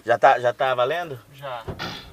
Já tá valendo? Já.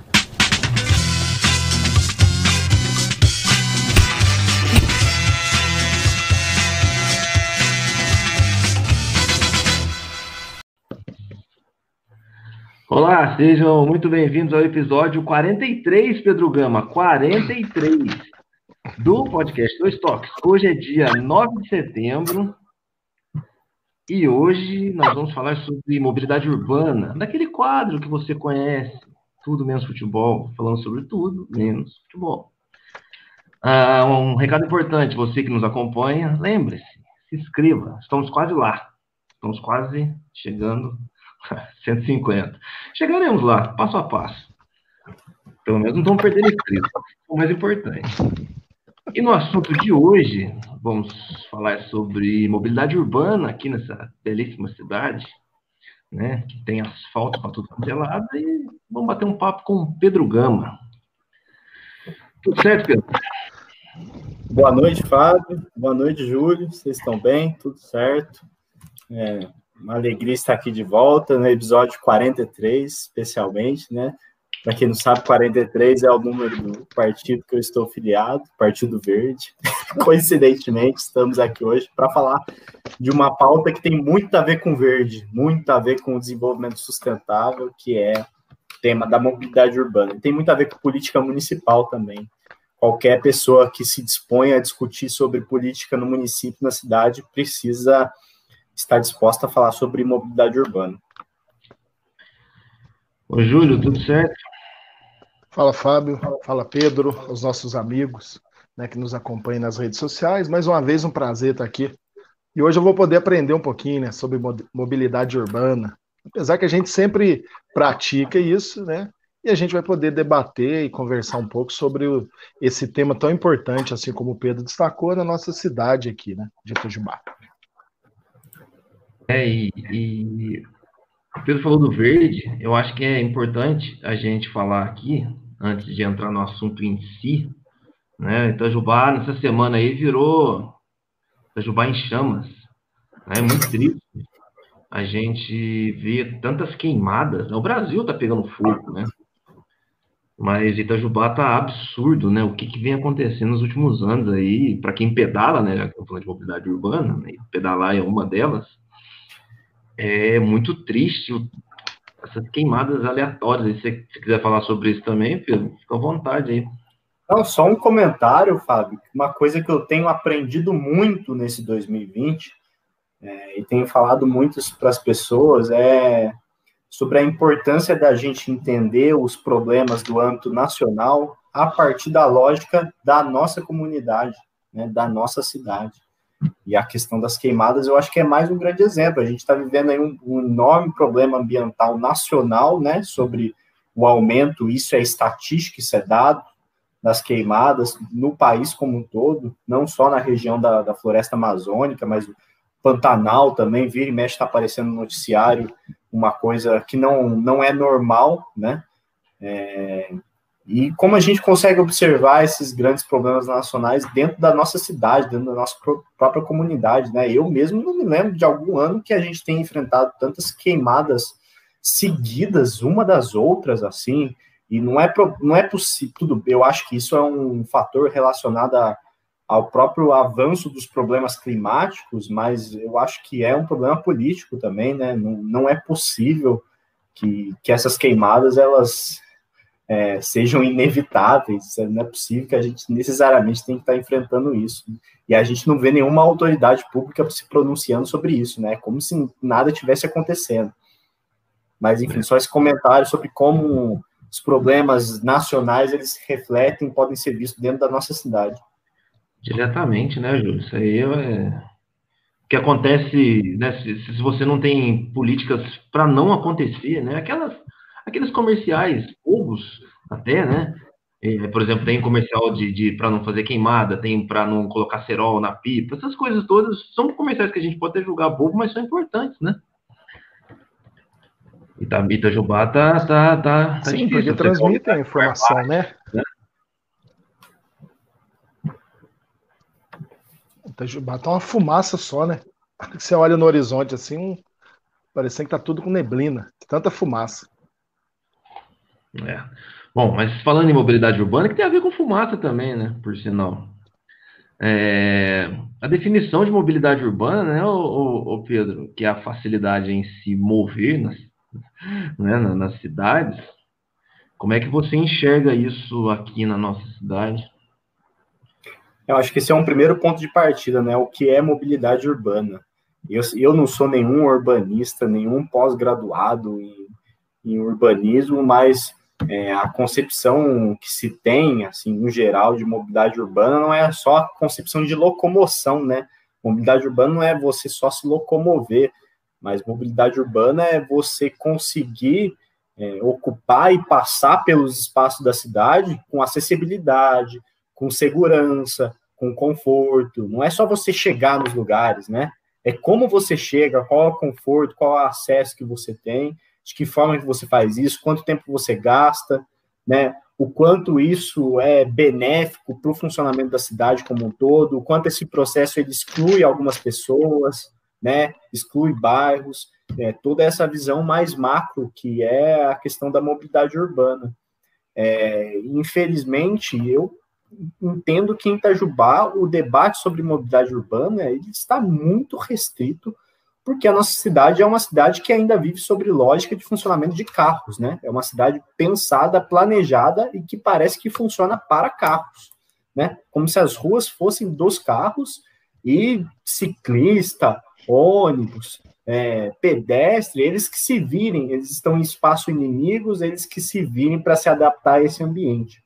Olá, sejam muito bem-vindos ao episódio 43, Pedro Gama, 43 do podcast Dois Toques. Hoje é dia 9 de setembro e hoje nós vamos falar sobre mobilidade urbana, daquele quadro que você conhece, tudo menos futebol, falando sobre tudo menos futebol. Um recado importante, você que nos acompanha, lembre-se, se inscreva, estamos quase lá, estamos quase chegando a 150. Chegaremos lá, passo a passo. Pelo menos não estamos perdendo inscritos, é o mais importante. E no assunto de hoje, vamos falar sobre mobilidade urbana aqui nessa belíssima cidade, né, que tem asfalto para tudo quanto é lado, e vamos bater um papo com o Pedro Gama. Tudo certo, Pedro? Boa noite, Fábio. Boa noite, Júlio. Vocês estão bem? Tudo certo? Uma alegria estar aqui de volta no episódio 43, especialmente, né? Para quem não sabe, 43 é o número do partido que eu estou filiado, Partido Verde. Coincidentemente, estamos aqui hoje para falar de uma pauta que tem muito a ver com verde, muito a ver com o desenvolvimento sustentável, que é o tema da mobilidade urbana. E tem muito a ver com política municipal também. Qualquer pessoa que se dispõe a discutir sobre política no município, na cidade, precisa estar disposta a falar sobre mobilidade urbana. Ô, Júlio, tudo certo? Fala, Fábio. Fala, Pedro, os nossos amigos, né, que nos acompanham nas redes sociais. Mais uma vez, um prazer estar aqui. E hoje eu vou poder aprender um pouquinho, né, sobre mobilidade urbana. Apesar que a gente sempre pratica isso, né? E a gente vai poder debater e conversar um pouco sobre esse tema tão importante, assim como o Pedro destacou, na nossa cidade aqui, né, de Itajubá. E o Pedro falou do verde, eu acho que é importante a gente falar aqui, antes de entrar no assunto em si, né? Itajubá, nessa semana aí, virou Itajubá em chamas, né? É muito triste a gente ver tantas queimadas, né? O Brasil tá pegando fogo, né? Mas Itajubá tá absurdo, né? O que vem acontecendo nos últimos anos aí, para quem pedala, né? Já que eu falando de mobilidade urbana, né? Pedalar é uma delas. É muito triste essas queimadas aleatórias. Se você quiser falar sobre isso também, Pedro, fica à vontade aí. Não, só um comentário, Fábio. Uma coisa que eu tenho aprendido muito nesse 2020, e tenho falado muito para as pessoas, é sobre a importância da gente entender os problemas do âmbito nacional a partir da lógica da nossa comunidade, né, da nossa cidade. E a questão das queimadas, eu acho que é mais um grande exemplo. A gente está vivendo aí um enorme problema ambiental nacional, né, sobre o aumento, isso é estatística, isso é dado, das queimadas no país como um todo, não só na região da floresta amazônica, mas o Pantanal também, vira e mexe, está aparecendo no noticiário uma coisa que não é normal, né? E como a gente consegue observar esses grandes problemas nacionais dentro da nossa cidade, dentro da nossa própria comunidade, né? Eu mesmo não me lembro de algum ano que a gente tenha enfrentado tantas queimadas seguidas, uma das outras, assim, e não é possível, tudo, eu acho que isso é um fator relacionado ao próprio avanço dos problemas climáticos, mas eu acho que é um problema político também, né? Não é possível que essas queimadas, elas sejam inevitáveis, não é possível que a gente necessariamente tenha que estar enfrentando isso. E a gente não vê nenhuma autoridade pública se pronunciando sobre isso, né? Como se nada tivesse acontecendo. Mas, enfim, só esse comentário sobre como os problemas nacionais, eles se refletem, podem ser vistos dentro da nossa cidade. Diretamente, né, Júlio? Isso aí é o que acontece, né? Se você não tem políticas para não acontecer, né? Aqueles comerciais bobos até, né? Por exemplo, tem comercial para não fazer queimada, tem para não colocar cerol na pipa, essas coisas todas são comerciais que a gente pode até julgar bobo, mas são importantes, né? Itajubá tá Sim, difícil. porque transmitem a informação, né? Itajubá tá uma fumaça só, né? Você olha no horizonte assim, parecendo que tá tudo com neblina, tanta fumaça. É. Bom, mas falando em mobilidade urbana, que tem a ver com fumaça também, né? Por sinal. A definição de mobilidade urbana, né, o Pedro, que é a facilidade em se mover nas cidades, como é que você enxerga isso aqui na nossa cidade? Eu acho que esse é um primeiro ponto de partida, né? O que é mobilidade urbana? Eu não sou nenhum urbanista, nenhum pós-graduado em urbanismo, mas a concepção que se tem, assim, no geral, de mobilidade urbana não é só a concepção de locomoção, né? Mobilidade urbana não é você só se locomover, mas mobilidade urbana é você conseguir ocupar e passar pelos espaços da cidade com acessibilidade, com segurança, com conforto. Não é só você chegar nos lugares, né? É como você chega, qual é o conforto, qual é o acesso que você tem, de que forma que você faz isso, quanto tempo você gasta, né? O quanto isso é benéfico para o funcionamento da cidade como um todo, o quanto esse processo ele exclui algumas pessoas, né? Exclui bairros, toda essa visão mais macro que é a questão da mobilidade urbana. Infelizmente, eu entendo que em Itajubá o debate sobre mobilidade urbana ele está muito restrito, porque a nossa cidade é uma cidade que ainda vive sobre lógica de funcionamento de carros, né? É uma cidade pensada, planejada e que parece que funciona para carros, né? Como se as ruas fossem dos carros e ciclista, ônibus, pedestre, eles que se virem, eles estão em espaço inimigos, eles que se virem para se adaptar a esse ambiente.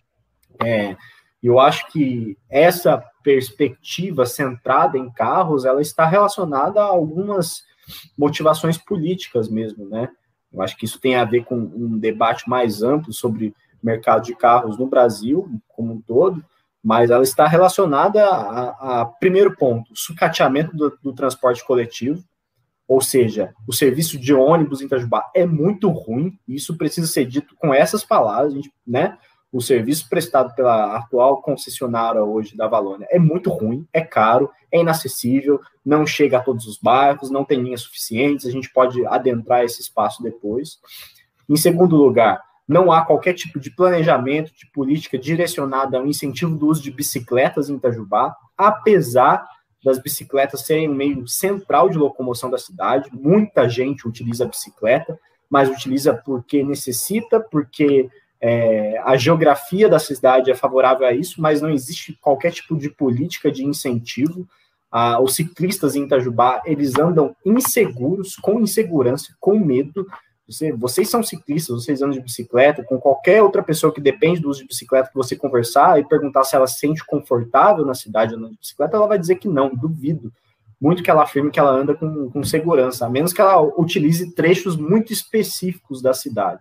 Eu acho que essa perspectiva centrada em carros, ela está relacionada a algumas motivações políticas mesmo, né? Eu acho que isso tem a ver com um debate mais amplo sobre mercado de carros no Brasil como um todo, mas ela está relacionada a primeiro ponto, sucateamento do transporte coletivo, ou seja, o serviço de ônibus em Itajubá é muito ruim, e isso precisa ser dito com essas palavras, né? O serviço prestado pela atual concessionária hoje da Valônia é muito ruim, é caro, é inacessível, não chega a todos os bairros, não tem linhas suficientes, a gente pode adentrar esse espaço depois. Em segundo lugar, não há qualquer tipo de planejamento, de política direcionada ao incentivo do uso de bicicletas em Itajubá, apesar das bicicletas serem um meio central de locomoção da cidade. Muita gente utiliza a bicicleta, mas utiliza porque necessita, porque a geografia da cidade é favorável a isso, mas não existe qualquer tipo de política de incentivo. Os ciclistas em Itajubá, eles andam inseguros, com insegurança, com medo. Vocês são ciclistas, vocês andam de bicicleta, com qualquer outra pessoa que depende do uso de bicicleta, que você conversar e perguntar se ela se sente confortável na cidade andando de bicicleta, ela vai dizer que não, duvido muito que ela afirme que ela anda com segurança, a menos que ela utilize trechos muito específicos da cidade.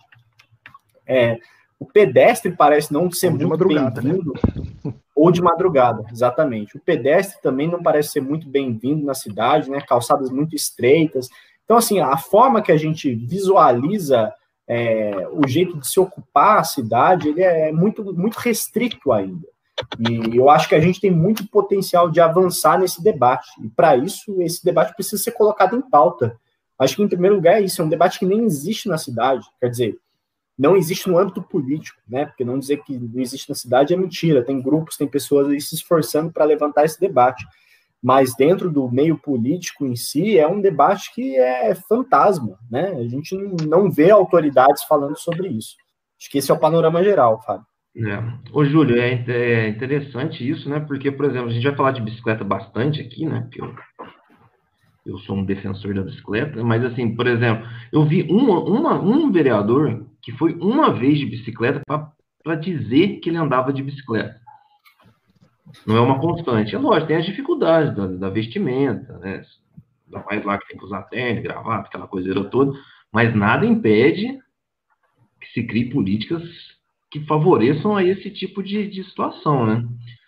O pedestre parece não ser muito bem-vindo, né? Ou de madrugada, exatamente. O pedestre também não parece ser muito bem-vindo na cidade, né? Calçadas muito estreitas. Então, assim, a forma que a gente visualiza o jeito de se ocupar a cidade, ele é muito, muito restrito ainda. E eu acho que a gente tem muito potencial de avançar nesse debate. E, para isso, esse debate precisa ser colocado em pauta. Acho que, em primeiro lugar, é um debate que nem existe na cidade. Quer dizer, não existe no âmbito político, né? Porque não dizer que não existe na cidade é mentira. Tem grupos, tem pessoas aí se esforçando para levantar esse debate. Mas dentro do meio político em si, é um debate que é fantasma, né? A gente não vê autoridades falando sobre isso. Acho que esse é o panorama geral, Fábio. Ô, Júlio, é interessante isso, né? Porque, por exemplo, a gente vai falar de bicicleta bastante aqui, né? Porque eu sou um defensor da bicicleta, mas, assim, por exemplo, eu vi um vereador que foi uma vez de bicicleta para dizer que ele andava de bicicleta. Não é uma constante. É lógico, tem as dificuldades da vestimenta, né? Ainda mais lá que tem que usar tênis, gravata, aquela coiseira toda, mas nada impede que se crie políticas que favoreçam a esse tipo de situação, né?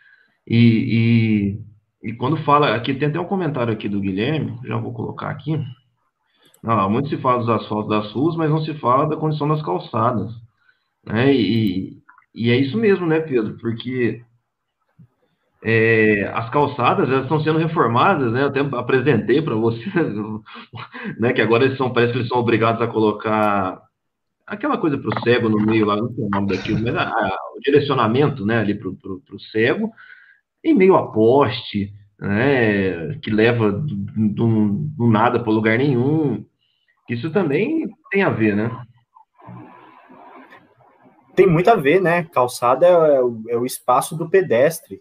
E quando fala, aqui tem até um comentário aqui do Guilherme, já vou colocar aqui. Muito se fala dos asfaltos das ruas, mas não se fala da condição das calçadas, né? E é isso mesmo, né, Pedro? Porque as calçadas elas estão sendo reformadas, né? Eu até apresentei para você, né? Que agora parece que eles são obrigados a colocar aquela coisa para o cego no meio lá, não sei o nome daquilo, mas o direcionamento, né, ali para o cego, em meio a poste, né, que leva do nada para lugar nenhum. Isso também tem a ver, né? Tem muito a ver, né? Calçada é o espaço do pedestre.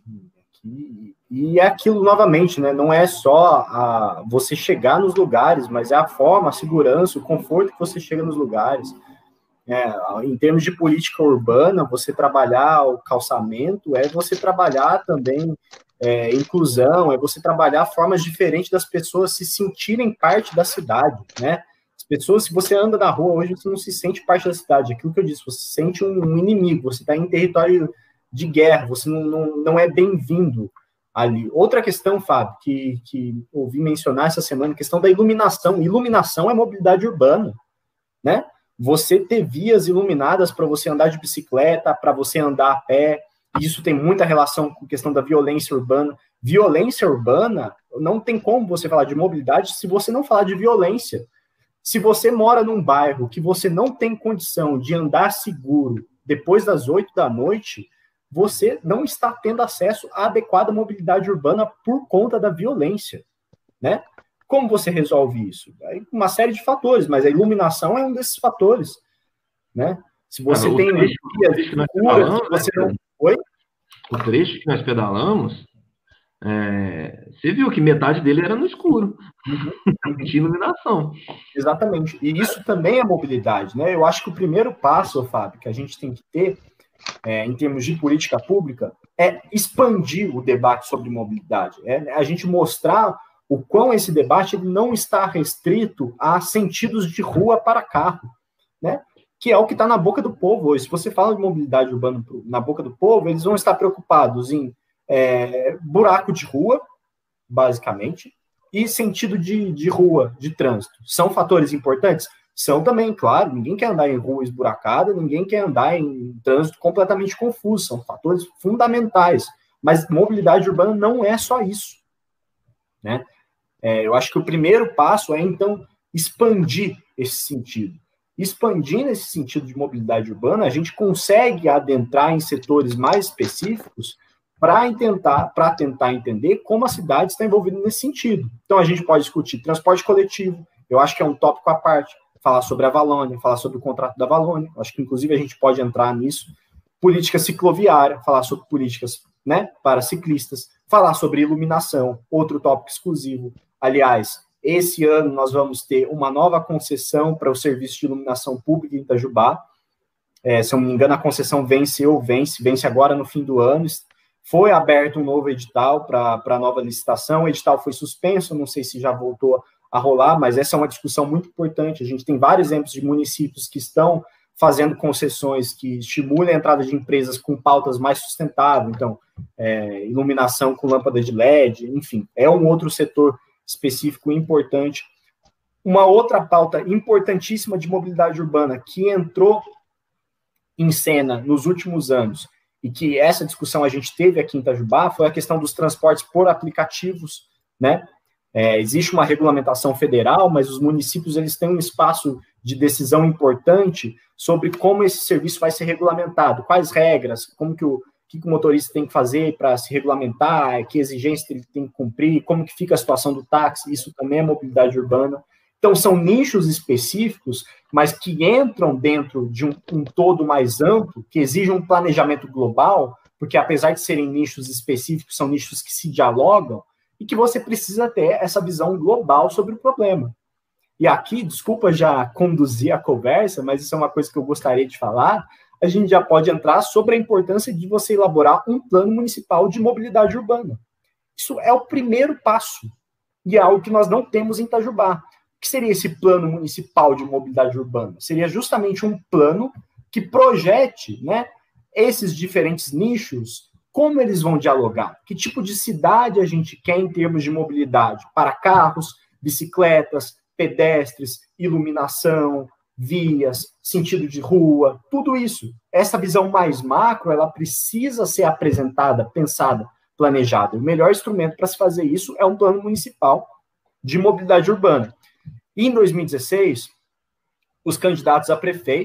E é aquilo novamente, né? Não é só você chegar nos lugares, mas é a forma, a segurança, o conforto que você chega nos lugares. Em termos de política urbana, você trabalhar o calçamento é você trabalhar também inclusão, é você trabalhar formas diferentes das pessoas se sentirem parte da cidade, né? As pessoas, se você anda na rua hoje, você não se sente parte da cidade. Aquilo que eu disse, você se sente um inimigo, você está em território de guerra, você não é bem-vindo ali. Outra questão, Fábio, que ouvi mencionar essa semana, a questão da iluminação. Iluminação é mobilidade urbana, né? Você ter vias iluminadas para você andar de bicicleta, para você andar a pé, isso tem muita relação com a questão da violência urbana. Violência urbana, não tem como você falar de mobilidade se você não falar de violência. Se você mora num bairro que você não tem condição de andar seguro depois das 8 da noite, você não está tendo acesso à adequada mobilidade urbana por conta da violência, né? Como você resolve isso? Uma série de fatores, mas a iluminação é um desses fatores, né? Se você tem vias escuras, você não... Oi? O trecho que nós pedalamos, você viu que metade dele era no escuro, não tinha iluminação. Exatamente, e isso também é mobilidade, né? Eu acho que o primeiro passo, Fábio, que a gente tem que ter, em termos de política pública, é expandir o debate sobre mobilidade, a gente mostrar o quão esse debate ele não está restrito a sentidos de rua para carro, né? Que é o que está na boca do povo hoje. Se você fala de mobilidade urbana na boca do povo, eles vão estar preocupados em buraco de rua, basicamente, e sentido de rua, de trânsito. São fatores importantes? São também, claro. Ninguém quer andar em rua esburacada, ninguém quer andar em trânsito completamente confuso. São fatores fundamentais. Mas mobilidade urbana não é só isso, né? Eu acho que o primeiro passo é, então, expandir esse sentido. Expandindo esse sentido de mobilidade urbana, a gente consegue adentrar em setores mais específicos para tentar entender como a cidade está envolvida nesse sentido. Então, a gente pode discutir transporte coletivo, eu acho que é um tópico à parte, falar sobre a Valônia, falar sobre o contrato da Valônia, acho que, inclusive, a gente pode entrar nisso. Política cicloviária, falar sobre políticas, né, para ciclistas, falar sobre iluminação, outro tópico exclusivo. Aliás, esse ano nós vamos ter uma nova concessão para o serviço de iluminação pública em Itajubá. Se eu não me engano, a concessão vence agora no fim do ano. Foi aberto um novo edital para a nova licitação. O edital foi suspenso, não sei se já voltou a rolar, mas essa é uma discussão muito importante. A gente tem vários exemplos de municípios que estão fazendo concessões que estimulam a entrada de empresas com pautas mais sustentáveis. Então, iluminação com lâmpada de LED, enfim, é um outro setor específico importante. Uma outra pauta importantíssima de mobilidade urbana que entrou em cena nos últimos anos e que essa discussão a gente teve aqui em Itajubá foi a questão dos transportes por aplicativos, né? Existe uma regulamentação federal, mas os municípios eles têm um espaço de decisão importante sobre como esse serviço vai ser regulamentado, quais regras, como que o motorista tem que fazer para se regulamentar, que exigências ele tem que cumprir, como que fica a situação do táxi, isso também é mobilidade urbana. Então, são nichos específicos, mas que entram dentro de um todo mais amplo, que exige um planejamento global, porque apesar de serem nichos específicos, são nichos que se dialogam, e que você precisa ter essa visão global sobre o problema. E aqui, desculpa já conduzir a conversa, mas isso é uma coisa que eu gostaria de falar, a gente já pode entrar sobre a importância de você elaborar um plano municipal de mobilidade urbana. Isso é o primeiro passo, e é algo que nós não temos em Itajubá. O que seria esse plano municipal de mobilidade urbana? Seria justamente um plano que projete, né, esses diferentes nichos, como eles vão dialogar, que tipo de cidade a gente quer em termos de mobilidade, para carros, bicicletas, pedestres, iluminação, vias, sentido de rua, tudo isso. Essa visão mais macro, ela precisa ser apresentada, pensada, planejada. O melhor instrumento para se fazer isso é um plano municipal de mobilidade urbana. E em 2016, os candidatos a prefeito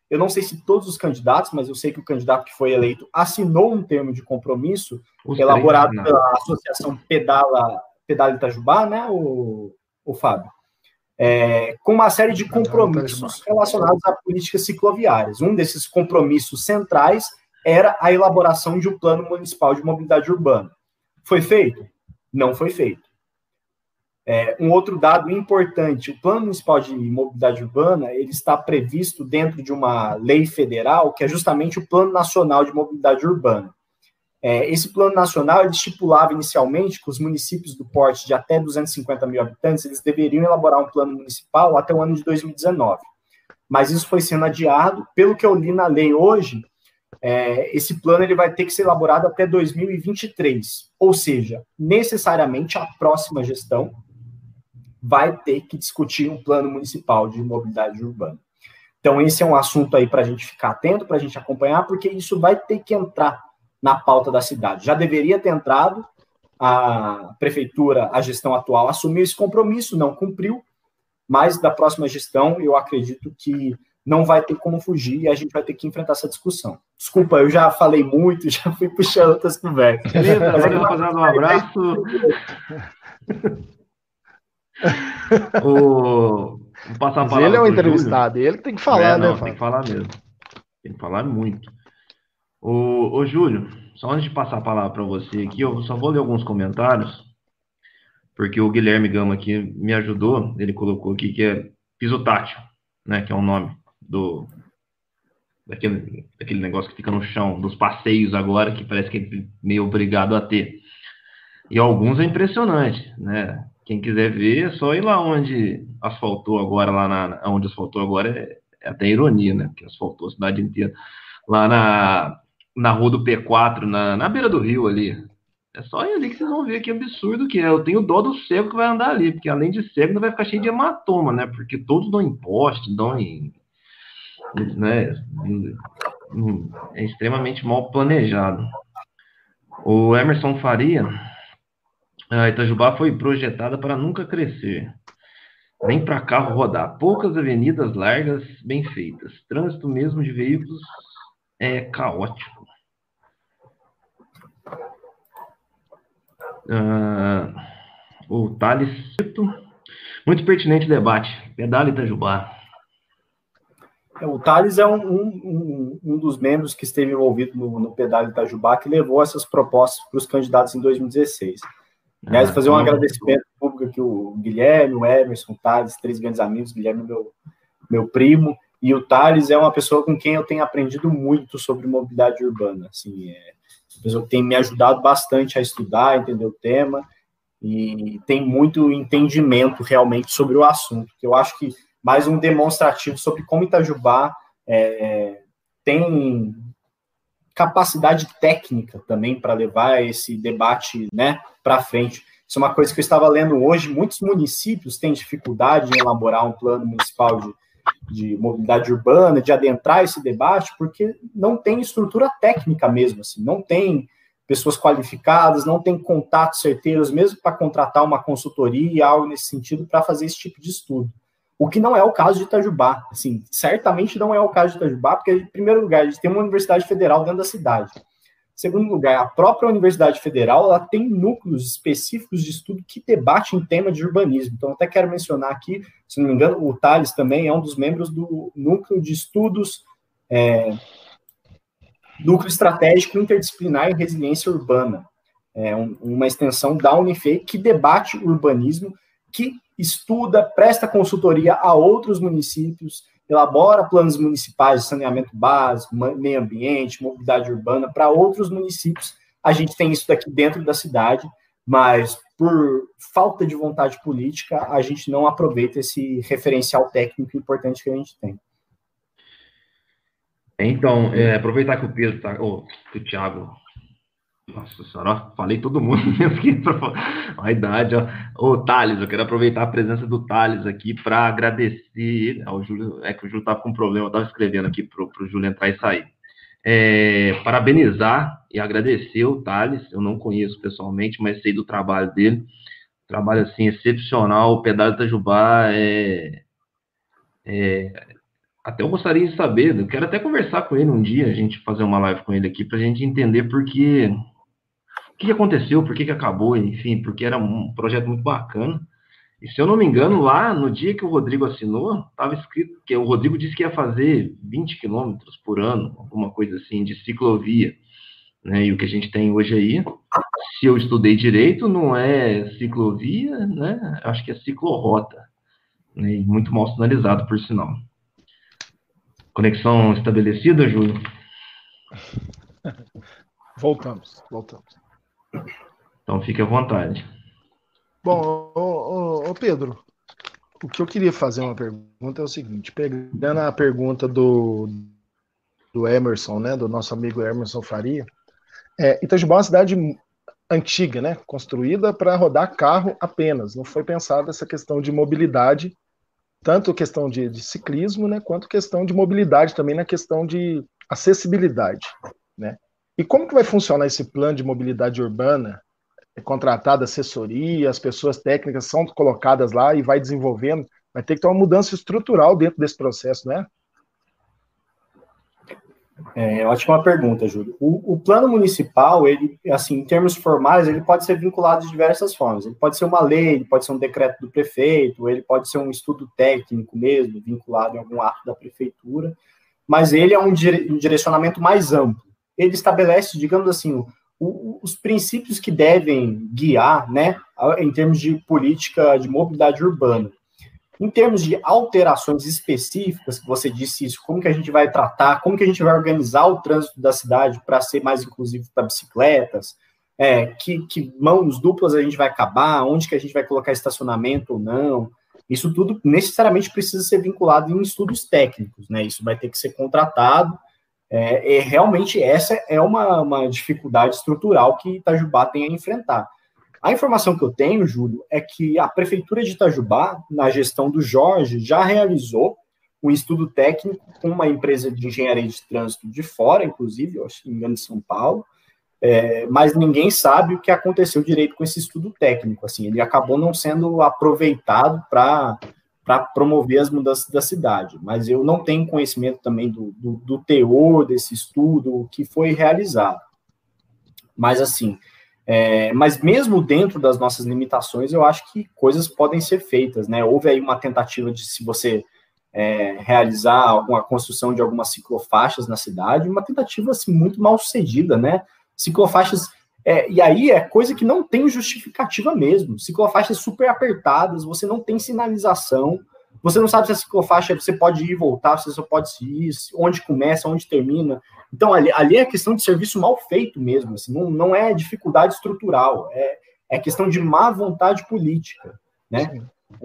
Eu não sei se todos os candidatos, mas eu sei que o candidato que foi eleito assinou um termo de compromisso elaborado pela Associação Pedala Itajubá, né, o Fábio? Com uma série de compromissos relacionados a políticas cicloviárias. Um desses compromissos centrais era a elaboração de um plano municipal de mobilidade urbana. Foi feito? Não foi feito. Um outro dado importante, o Plano Municipal de Mobilidade Urbana, ele está previsto dentro de uma lei federal, que é justamente o Plano Nacional de Mobilidade Urbana. Esse Plano Nacional, ele estipulava inicialmente que os municípios do porte de até 250 mil habitantes, eles deveriam elaborar um plano municipal até o ano de 2019. Mas isso foi sendo adiado. Pelo que eu li na lei hoje, esse plano ele vai ter que ser elaborado até 2023. Ou seja, necessariamente a próxima gestão vai ter que discutir um plano municipal de mobilidade urbana. Então, esse é um assunto aí para a gente ficar atento, para a gente acompanhar, porque isso vai ter que entrar na pauta da cidade. Já deveria ter entrado, a prefeitura, a gestão atual, assumiu esse compromisso, não cumpriu, mas da próxima gestão, eu acredito que não vai ter como fugir e a gente vai ter que enfrentar essa discussão. Desculpa, eu já falei muito, já fui puxando outras conversas. Beleza, fazendo um abraço. Vou passar a palavra. Ele é o entrevistado, ele tem que falar, né? Tem que falar mesmo. Tem que falar muito. Ô Júlio, só antes de passar a palavra para você aqui, eu só vou ler alguns comentários, porque o Guilherme Gama aqui me ajudou, ele colocou aqui que é piso tátil, né, que é o nome daquele negócio que fica no chão, dos passeios agora, que parece que é meio obrigado a ter. E alguns é impressionante, né? Quem quiser ver, é só ir lá onde asfaltou agora, onde asfaltou agora é até ironia, né? Porque asfaltou a cidade inteira. Lá na rua do P4, na beira do rio ali. É só ir ali que vocês vão ver que absurdo que é. Eu tenho dó do cego que vai andar ali, porque além de cego, ainda vai ficar cheio de hematoma, né? Porque todos dão em poste, dão em... né? É extremamente mal planejado. O Emerson Faria... A Itajubá foi projetada para nunca crescer, nem para carro rodar. Poucas avenidas largas, bem feitas. Trânsito mesmo de veículos é caótico. O Thales, muito pertinente debate. Pedala Itajubá. O Thales é um dos membros que esteve envolvido no Pedala Itajubá, que levou essas propostas para os candidatos em 2016. Aliás, fazer um agradecimento público aqui, o Guilherme, o Emerson, o Thales, 3 grandes amigos. O Guilherme é meu primo, e o Thales é uma pessoa com quem eu tenho aprendido muito sobre mobilidade urbana. Assim, uma pessoa que tem me ajudado bastante a estudar, entender o tema, e tem muito entendimento realmente sobre o assunto, que eu acho que mais um demonstrativo sobre como Itajubá tem capacidade técnica também para levar esse debate, né, para frente. Isso é uma coisa que eu estava lendo hoje. Muitos municípios têm dificuldade em elaborar um plano municipal de mobilidade urbana, de adentrar esse debate, porque não tem estrutura técnica mesmo, assim, não tem pessoas qualificadas, não tem contatos certeiros, mesmo para contratar uma consultoria, algo nesse sentido, para fazer esse tipo de estudo. O que não é o caso de Itajubá, assim, certamente não é o caso de Itajubá, porque, em primeiro lugar, a gente tem uma universidade federal dentro da cidade. Em segundo lugar, a própria Universidade Federal, ela tem núcleos específicos de estudo que debatem tema de urbanismo. Então, até quero mencionar aqui, se não me engano, o Thales também é um dos membros do núcleo de estudos, núcleo estratégico interdisciplinar em resiliência urbana. Uma extensão da Unifei que debate urbanismo, que estuda, presta consultoria a outros municípios, elabora planos municipais de saneamento básico, meio ambiente, mobilidade urbana para outros municípios. A gente tem isso daqui dentro da cidade, mas por falta de vontade política, a gente não aproveita esse referencial técnico importante que a gente tem. Então, aproveitar que o Pedro está, que o Thiago... Nossa senhora, falei todo mundo mesmo a idade, ó. Ô, Thales, eu quero aproveitar a presença do Thales aqui para agradecer ao Júlio, que o Júlio estava com um problema, eu estava escrevendo aqui para o Júlio entrar e sair. Parabenizar e agradecer o Thales, eu não conheço pessoalmente, mas sei do trabalho dele, trabalho, assim, excepcional. O Pedala Itajubá até eu gostaria de saber, eu quero até conversar com ele um dia, a gente fazer uma live com ele aqui, para a gente entender o que aconteceu, por que acabou, enfim, porque era um projeto muito bacana. E se eu não me engano, lá no dia que o Rodrigo assinou, estava escrito que o Rodrigo disse que ia fazer 20 quilômetros por ano, alguma coisa assim, de ciclovia, né? E o que a gente tem hoje aí, se eu estudei direito, não é ciclovia, né? Acho que é ciclorrota, né? E muito mal sinalizado, por sinal. Conexão estabelecida, Júlio? Voltamos. Então fique à vontade. Bom, ô Pedro, o que eu queria fazer uma pergunta é o seguinte, pegando a pergunta do Emerson, né, do nosso amigo Emerson Faria, Itajubá é uma cidade antiga, né, construída para rodar carro apenas, não foi pensada essa questão de mobilidade, tanto questão de ciclismo, né, quanto questão de mobilidade também na questão de acessibilidade, né? E como que vai funcionar esse plano de mobilidade urbana? É contratada assessoria, as pessoas técnicas são colocadas lá e vai desenvolvendo, vai ter que ter uma mudança estrutural dentro desse processo, né? Ótima pergunta, Júlio. O plano municipal, ele, assim, em termos formais, ele pode ser vinculado de diversas formas. Ele pode ser uma lei, ele pode ser um decreto do prefeito, ele pode ser um estudo técnico mesmo, vinculado em algum ato da prefeitura, mas ele é um direcionamento mais amplo. Ele estabelece, digamos assim, os princípios que devem guiar, né, em termos de política de mobilidade urbana. Em termos de alterações específicas, que você disse isso, como que a gente vai tratar, como que a gente vai organizar o trânsito da cidade para ser mais inclusivo para bicicletas, que mãos duplas a gente vai acabar, onde que a gente vai colocar estacionamento ou não, isso tudo necessariamente precisa ser vinculado em estudos técnicos, né, isso vai ter que ser contratado. Realmente essa é uma dificuldade estrutural que Itajubá tem a enfrentar. A informação que eu tenho, Júlio, é que a Prefeitura de Itajubá, na gestão do Jorge, já realizou um estudo técnico com uma empresa de engenharia de trânsito de fora, inclusive, eu acho que engano, de São Paulo, mas ninguém sabe o que aconteceu direito com esse estudo técnico. Assim, ele acabou não sendo aproveitado para promover as mudanças da cidade, mas eu não tenho conhecimento também do teor desse estudo que foi realizado. Mas, assim, mas mesmo dentro das nossas limitações, eu acho que coisas podem ser feitas, né? Houve aí uma tentativa de, se você realizar alguma construção de algumas ciclofaixas na cidade, uma tentativa, assim, muito mal sucedida, né? Ciclofaixas... e aí é coisa que não tem justificativa mesmo. Ciclofaixas super apertadas, você não tem sinalização, você não sabe se a ciclofaixa você pode ir e voltar, você só pode ir, onde começa, onde termina. Então, ali é questão de serviço mal feito mesmo, assim, não é dificuldade estrutural, é questão de má vontade política, né?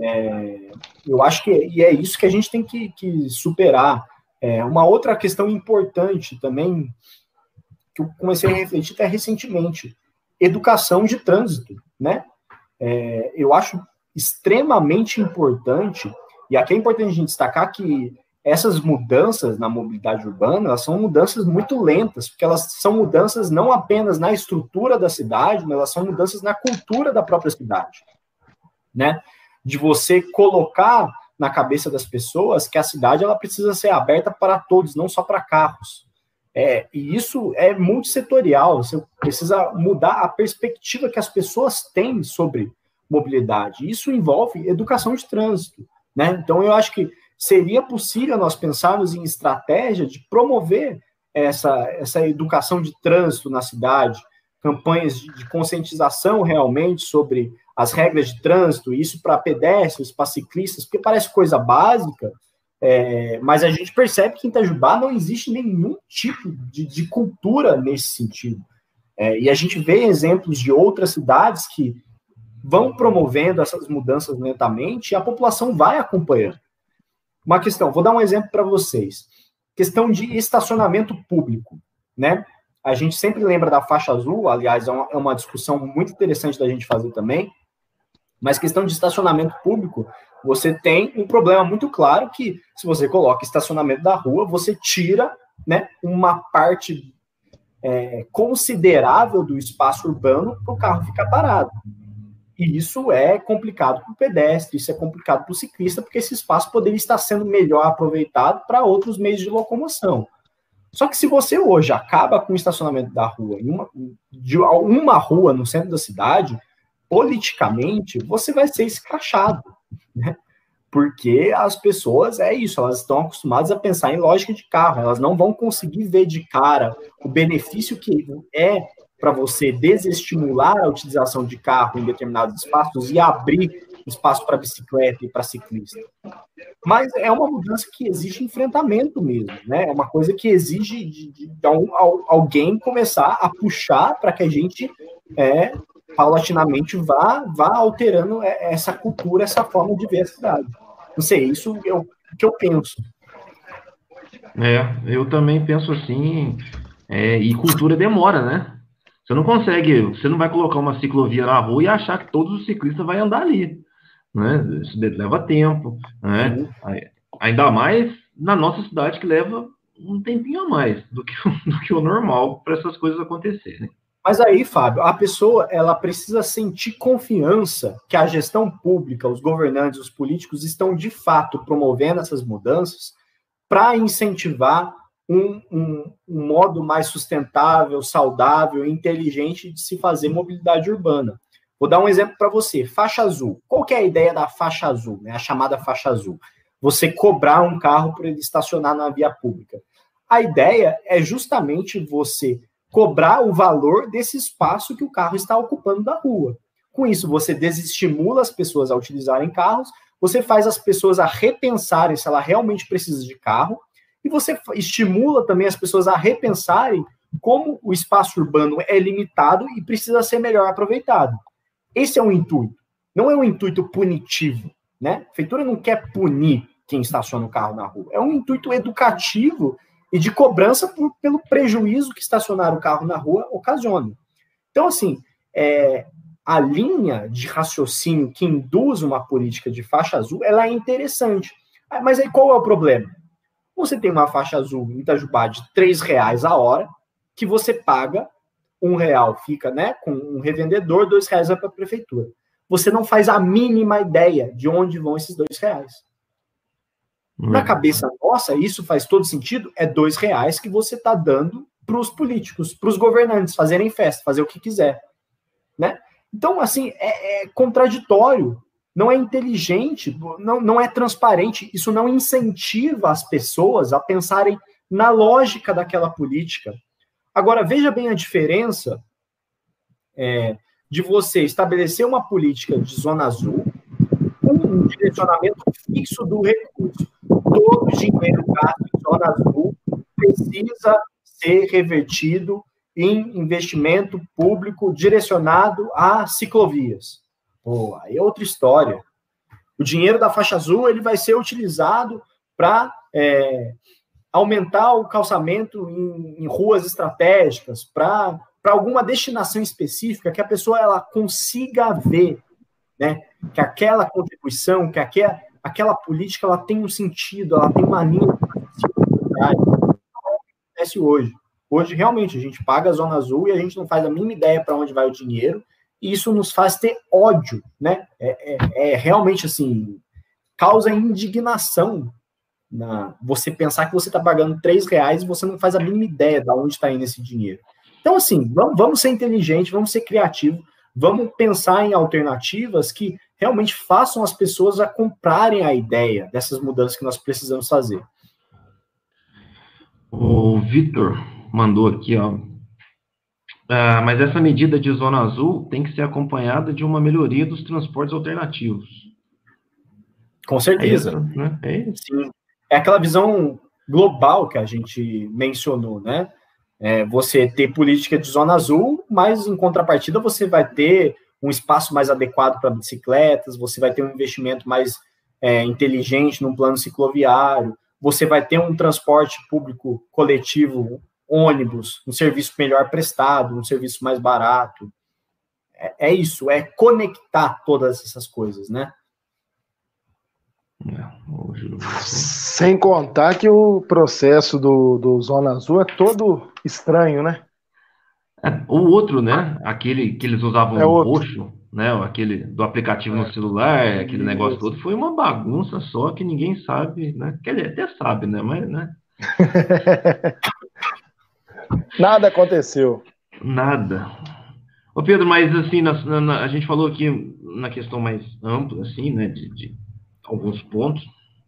Eu acho que é isso que a gente tem que superar. Uma outra questão importante também, que eu comecei a refletir até recentemente, educação de trânsito, né? Eu acho extremamente importante, e aqui é importante a gente destacar que essas mudanças na mobilidade urbana, elas são mudanças muito lentas, porque elas são mudanças não apenas na estrutura da cidade, mas elas são mudanças na cultura da própria cidade, né? De você colocar na cabeça das pessoas que a cidade ela precisa ser aberta para todos, não só para carros. E isso é multissetorial, você precisa mudar a perspectiva que as pessoas têm sobre mobilidade. Isso envolve educação de trânsito, né? Então, eu acho que seria possível nós pensarmos em estratégia de promover essa educação de trânsito na cidade, campanhas de conscientização realmente sobre as regras de trânsito, isso para pedestres, para ciclistas, porque parece coisa básica, mas a gente percebe que em Itajubá não existe nenhum tipo de cultura nesse sentido. E a gente vê exemplos de outras cidades que vão promovendo essas mudanças lentamente e a população vai acompanhando. Uma questão, vou dar um exemplo para vocês. Questão de estacionamento público, né? A gente sempre lembra da faixa azul, aliás, é uma discussão muito interessante da gente fazer também, mas questão de estacionamento público, você tem um problema muito claro que, se você coloca estacionamento da rua, você tira, né, uma parte considerável do espaço urbano para o carro ficar parado. E isso é complicado para o pedestre, isso é complicado para o ciclista, porque esse espaço poderia estar sendo melhor aproveitado para outros meios de locomoção. Só que se você hoje acaba com o estacionamento da rua de uma rua no centro da cidade, politicamente, você vai ser escrachado, né? Porque as pessoas, é isso, elas estão acostumadas a pensar em lógica de carro, elas não vão conseguir ver de cara o benefício que é para você desestimular a utilização de carro em determinados espaços e abrir espaço para bicicleta e para ciclista. Mas é uma mudança que exige enfrentamento mesmo, né? É uma coisa que exige de alguém começar a puxar para que a gente paulatinamente vá alterando essa cultura, essa forma de ver a cidade. Não sei, isso é o que eu penso. Eu também penso assim, e cultura demora, né? Você não vai colocar uma ciclovia na rua e achar que todos os ciclistas vão andar ali, né? Isso leva tempo, né? Ainda mais na nossa cidade, que leva um tempinho a mais do que o normal para essas coisas acontecerem. Mas aí, Fábio, a pessoa ela precisa sentir confiança que a gestão pública, os governantes, os políticos estão de fato promovendo essas mudanças para incentivar um modo mais sustentável, saudável e inteligente de se fazer mobilidade urbana. Vou dar um exemplo para você. Faixa azul. Qual que é a ideia da faixa azul, né? A chamada faixa azul. Você cobrar um carro para ele estacionar na via pública. A ideia é justamente você cobrar o valor desse espaço que o carro está ocupando da rua. Com isso, você desestimula as pessoas a utilizarem carros, você faz as pessoas a repensarem se ela realmente precisa de carro, e você estimula também as pessoas a repensarem como o espaço urbano é limitado e precisa ser melhor aproveitado. Esse é o intuito. Não é um intuito punitivo, né? A prefeitura não quer punir quem estaciona o carro na rua. É um intuito educativo e de cobrança pelo prejuízo que estacionar o carro na rua ocasiona. Então, assim, a linha de raciocínio que induz uma política de faixa azul, ela é interessante. Mas aí qual é o problema? Você tem uma faixa azul em Itajubá de R$3 a hora, que você paga R$1, fica, né, com um revendedor, R$2 vai para a prefeitura. Você não faz a mínima ideia de onde vão esses R$2. Na cabeça nossa, isso faz todo sentido, é R$2 que você está dando para os políticos, para os governantes fazerem festa, fazer o que quiser, né? Então, assim, é contraditório, não é inteligente, não é transparente, isso não incentiva as pessoas a pensarem na lógica daquela política. Agora, veja bem a diferença de você estabelecer uma política de zona azul com um direcionamento fixo do recurso. Todo o dinheiro gasto em zona azul precisa ser revertido em investimento público direcionado a ciclovias. Pô, aí é outra história. O dinheiro da faixa azul ele vai ser utilizado para aumentar o calçamento em ruas estratégicas, para alguma destinação específica que a pessoa ela consiga ver, né? Que aquela contribuição, que aquela política ela tem um sentido, ela tem uma linha de acontece hoje. Hoje, realmente, a gente paga a zona azul e a gente não faz a mínima ideia para onde vai o dinheiro, e isso nos faz ter ódio, né? Realmente, assim, causa indignação você pensar que você está pagando R$3 e você não faz a mínima ideia de onde está indo esse dinheiro. Então, assim, vamos ser inteligentes, vamos ser criativos, vamos pensar em alternativas que realmente façam as pessoas a comprarem a ideia dessas mudanças que nós precisamos fazer. O Vitor mandou aqui, ó. Mas essa medida de zona azul tem que ser acompanhada de uma melhoria dos transportes alternativos. Com certeza. Né? Sim. É aquela visão global que a gente mencionou, né? Você ter política de zona azul, mas em contrapartida você vai ter um espaço mais adequado para bicicletas, você vai ter um investimento mais inteligente num plano cicloviário, você vai ter um transporte público coletivo, ônibus, um serviço melhor prestado, um serviço mais barato. É isso, é conectar todas essas coisas, né? Sem contar que o processo do Zona Azul é todo estranho, né? O outro, né? Aquele que eles usavam roxo, né? Aquele do aplicativo no celular, aquele negócio todo, foi uma bagunça só que ninguém sabe, né? Quer dizer, até sabe, né? Mas, né? Nada aconteceu. Nada. Ô Pedro, mas assim, a gente falou aqui na questão mais ampla, assim, né? De alguns pontos.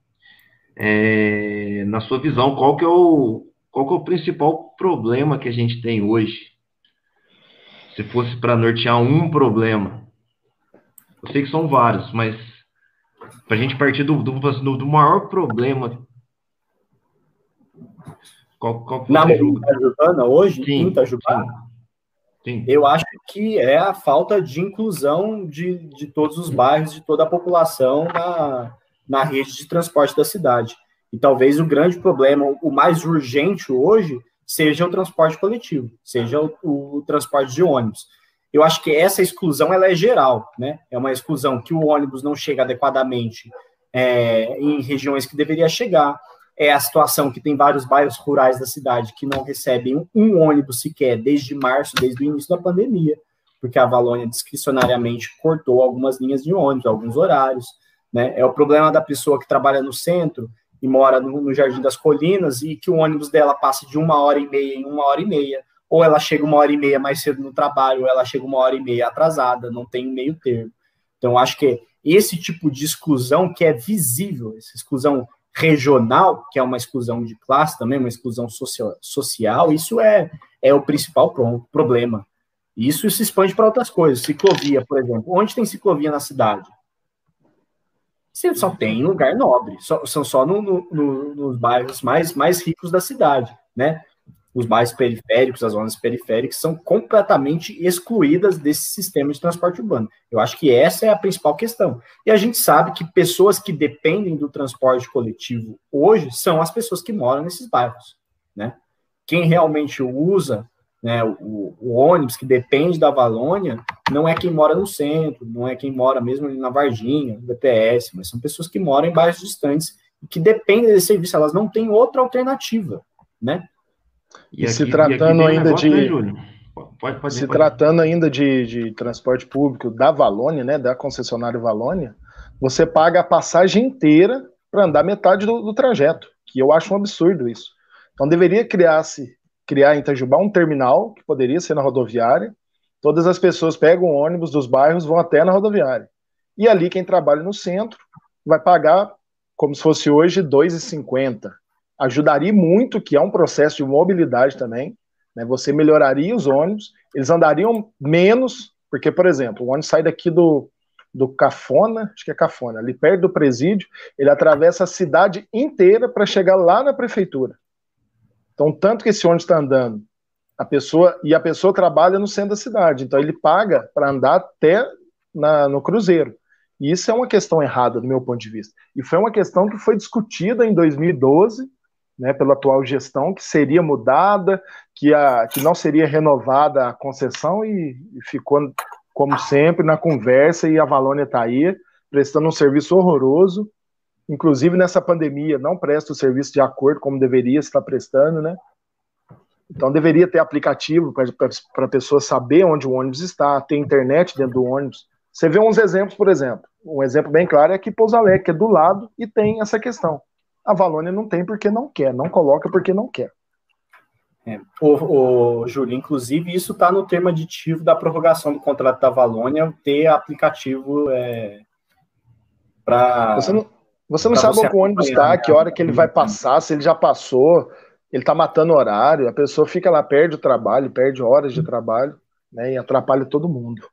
Na sua visão, qual que é o principal problema que a gente tem hoje? Se fosse para nortear um problema, eu sei que são vários, mas para a gente partir do maior problema, qual na mobilidade urbana hoje, sim, em Itajubá, sim. Eu acho que é a falta de inclusão de todos os bairros, de toda a população na rede de transporte da cidade. E talvez o grande problema, o mais urgente hoje, seja o transporte coletivo, seja o transporte de ônibus. Eu acho que essa exclusão ela é geral, né? É uma exclusão que o ônibus não chega adequadamente em regiões que deveria chegar. É a situação que tem vários bairros rurais da cidade que não recebem um ônibus sequer desde março, desde o início da pandemia, porque a Valônia discricionariamente cortou algumas linhas de ônibus, alguns horários, né? É o problema da pessoa que trabalha no centro e mora no Jardim das Colinas e que o ônibus dela passa de 1h30 em 1h30, ou ela chega 1h30 mais cedo no trabalho, ou ela chega 1h30 atrasada, não tem meio termo. Então, acho que esse tipo de exclusão que é visível, essa exclusão regional, que é uma exclusão de classe também, uma exclusão social, isso é o principal problema. Isso se expande para outras coisas. Ciclovia, por exemplo. Onde tem ciclovia na cidade? Você só tem em lugar nobre. São só nos bairros mais ricos da cidade, né? Os bairros periféricos, as zonas periféricas, são completamente excluídas desse sistema de transporte urbano. Eu acho que essa é a principal questão. E a gente sabe que pessoas que dependem do transporte coletivo hoje são as pessoas que moram nesses bairros, né? Quem realmente usa, né, o ônibus, que depende da Valônia, não é quem mora no centro, não é quem mora mesmo ali na Varginha, no BTS, mas são pessoas que moram em bairros distantes e que dependem desse serviço, elas não têm outra alternativa, né? E se tratando ainda de transporte público da Valônia, né, da concessionária Valônia, você paga a passagem inteira para andar metade do trajeto, que eu acho um absurdo isso. Então deveria criar em Itajubá um terminal, que poderia ser na rodoviária, todas as pessoas pegam o ônibus dos bairros, vão até na rodoviária. E ali quem trabalha no centro vai pagar, como se fosse hoje, R$ 2,50. Ajudaria muito, que é um processo de mobilidade também, né? Você melhoraria os ônibus, eles andariam menos, porque, por exemplo, o ônibus sai daqui do Cafona, acho que é Cafona, ali perto do presídio, ele atravessa a cidade inteira para chegar lá na prefeitura. Então, tanto que esse ônibus está andando, a pessoa trabalha no centro da cidade, então ele paga para andar até no cruzeiro. E isso é uma questão errada, do meu ponto de vista. E foi uma questão que foi discutida em 2012, né, pela atual gestão, que seria mudada, que não seria renovada a concessão, e ficou, como sempre, na conversa, e a Valônia está aí, prestando um serviço horroroso, inclusive nessa pandemia, não presta o serviço de acordo como deveria estar prestando, né? Então deveria ter aplicativo para a pessoa saber onde o ônibus está, ter internet dentro do ônibus. Você vê uns exemplos, por exemplo, um exemplo bem claro é aqui Pouso Alegre, que é do lado, e tem essa questão. A Valônia não tem porque não quer, não coloca porque não quer. Júlio, inclusive, isso está no termo aditivo da prorrogação do contrato da Valônia, ter aplicativo para... Você não sabe onde o ônibus está, que hora que ele vai passar, se ele já passou, ele está matando horário, a pessoa fica lá, perde o trabalho, perde horas de trabalho, né, e atrapalha todo mundo.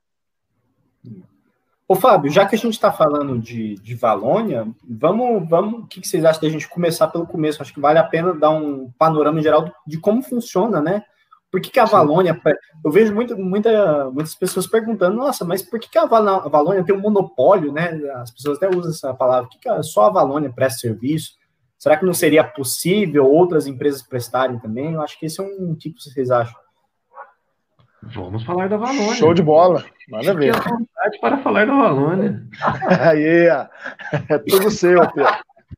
Ô, Fábio, já que a gente está falando de Valônia, vamos, o que vocês acham da gente começar pelo começo? Acho que vale a pena dar um panorama geral de como funciona, né? Por que a Valônia... Eu vejo muitas pessoas perguntando, nossa, mas por que a Valônia tem um monopólio, né? As pessoas até usam essa palavra. Por que só a Valônia presta serviço? Será que não seria possível outras empresas prestarem também? Eu acho que esse é um que vocês acham. Vamos falar da Valônia. Show de bola. Manda ver. Fique à vontade para falar da Valônia. Aí, é tudo seu, Pedro.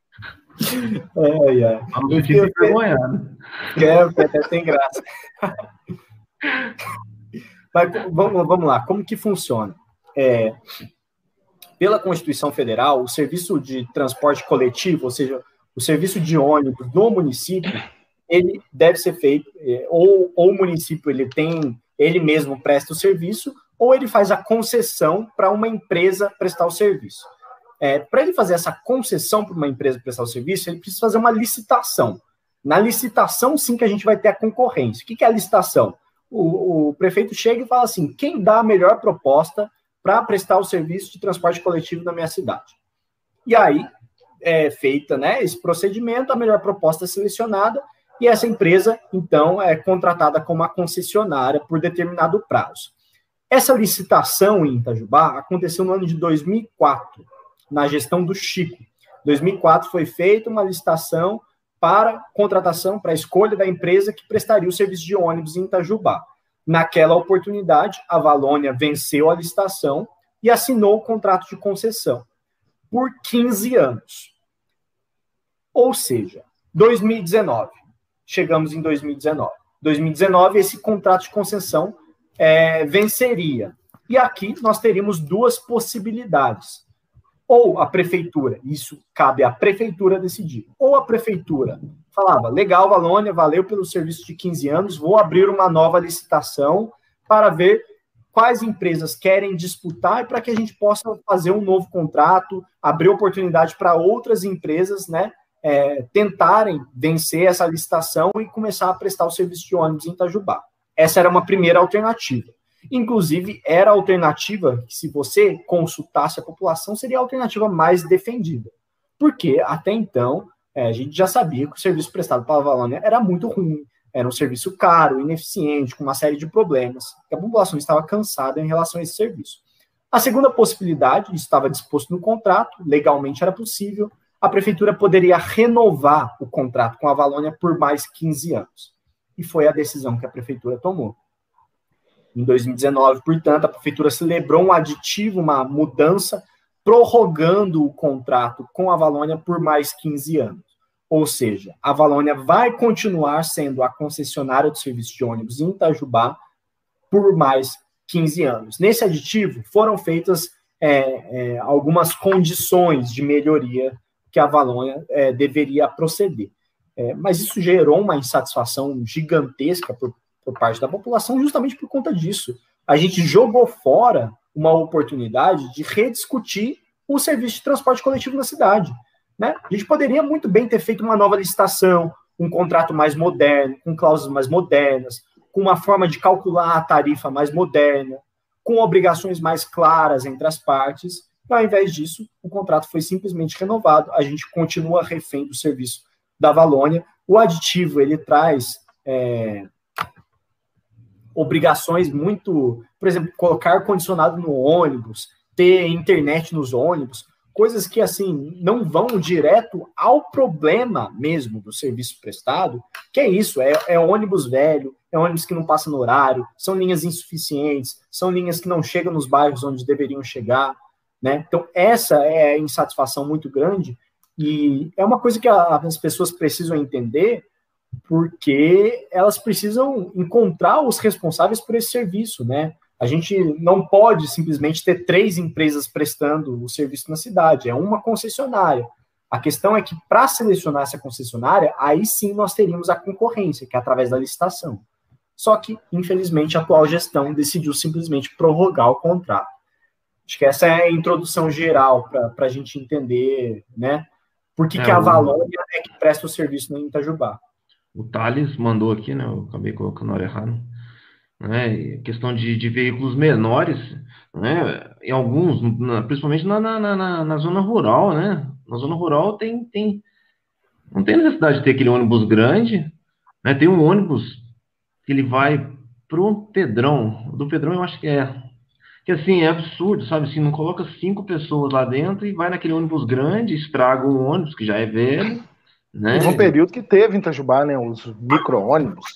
Eu fiquei envergonhado. Até tem graça. Mas vamos lá, como que funciona? pela Constituição Federal, o serviço de transporte coletivo, ou seja, o serviço de ônibus do município, ele deve ser feito, ou o município ele mesmo presta o serviço, ou ele faz a concessão para uma empresa prestar o serviço. Para ele fazer essa concessão para uma empresa prestar o serviço, ele precisa fazer uma licitação. Na licitação, sim, que a gente vai ter a concorrência. O que é a licitação? O prefeito chega e fala assim, quem dá a melhor proposta para prestar o serviço de transporte coletivo na minha cidade? E aí, é feita, né, esse procedimento, a melhor proposta é selecionada, e essa empresa, então, é contratada como a concessionária por determinado prazo. Essa licitação em Itajubá aconteceu no ano de 2004, na gestão do Chico. Em 2004 foi feita uma licitação para contratação, para a escolha da empresa que prestaria o serviço de ônibus em Itajubá. Naquela oportunidade, a Valônia venceu a licitação e assinou o contrato de concessão por 15 anos. Ou seja, 2019. Chegamos em 2019. 2019, esse contrato de concessão venceria. E aqui nós teríamos duas possibilidades. Ou a prefeitura, isso cabe à prefeitura decidir, ou a prefeitura falava, legal, Valônia, valeu pelo serviço de 15 anos, vou abrir uma nova licitação para ver quais empresas querem disputar e para que a gente possa fazer um novo contrato, abrir oportunidade para outras empresas, né, tentarem vencer essa licitação e começar a prestar o serviço de ônibus em Itajubá. Essa era uma primeira alternativa. Inclusive, era a alternativa que, se você consultasse a população, seria a alternativa mais defendida. Porque, até então, a gente já sabia que o serviço prestado pela Valônia era muito ruim, era um serviço caro, ineficiente, com uma série de problemas, que a população estava cansada em relação a esse serviço. A segunda possibilidade, isso estava disposto no contrato, legalmente era possível, a prefeitura poderia renovar o contrato com a Valônia por mais 15 anos. E foi a decisão que a prefeitura tomou. Em 2019, portanto, a prefeitura celebrou um aditivo, uma mudança, prorrogando o contrato com a Valônia por mais 15 anos. Ou seja, a Valônia vai continuar sendo a concessionária do serviço de ônibus em Itajubá por mais 15 anos. Nesse aditivo, foram feitas algumas condições de melhoria que a Valônia deveria proceder. Mas isso gerou uma insatisfação gigantesca por parte da população, justamente por conta disso. A gente jogou fora uma oportunidade de rediscutir o serviço de transporte coletivo na cidade, né? A gente poderia muito bem ter feito uma nova licitação, um contrato mais moderno, com cláusulas mais modernas, com uma forma de calcular a tarifa mais moderna, com obrigações mais claras entre as partes. E, ao invés disso, o contrato foi simplesmente renovado. A gente continua refém do serviço da Valônia. O aditivo, ele traz obrigações muito, por exemplo, colocar ar-condicionado no ônibus, ter internet nos ônibus, coisas que, assim, não vão direto ao problema mesmo do serviço prestado, que é isso, é ônibus velho, é ônibus que não passa no horário, são linhas insuficientes, são linhas que não chegam nos bairros onde deveriam chegar, né? Então, essa é a insatisfação muito grande, e é uma coisa que as pessoas precisam entender, porque elas precisam encontrar os responsáveis por esse serviço, né? A gente não pode simplesmente ter 3 empresas prestando o serviço na cidade, é uma concessionária. A questão é que, para selecionar essa concessionária, aí sim nós teríamos a concorrência, que é através da licitação. Só que, infelizmente, a atual gestão decidiu simplesmente prorrogar o contrato. Acho que essa é a introdução geral para a gente entender, né, por que a Valônia é que presta o serviço no Itajubá. O Thales mandou aqui, né? Eu acabei colocando na hora errada. Né? Questão de veículos menores, né? Em alguns, principalmente na zona rural, né? Na zona rural não tem necessidade de ter aquele ônibus grande, né? Tem um ônibus que ele vai pro Pedrão. Do Pedrão eu acho que assim, é absurdo, sabe? Assim, não coloca 5 pessoas lá dentro e vai naquele ônibus grande, estraga um ônibus que já é velho, né? Teve um período que teve em Itajubá, né? Os micro-ônibus.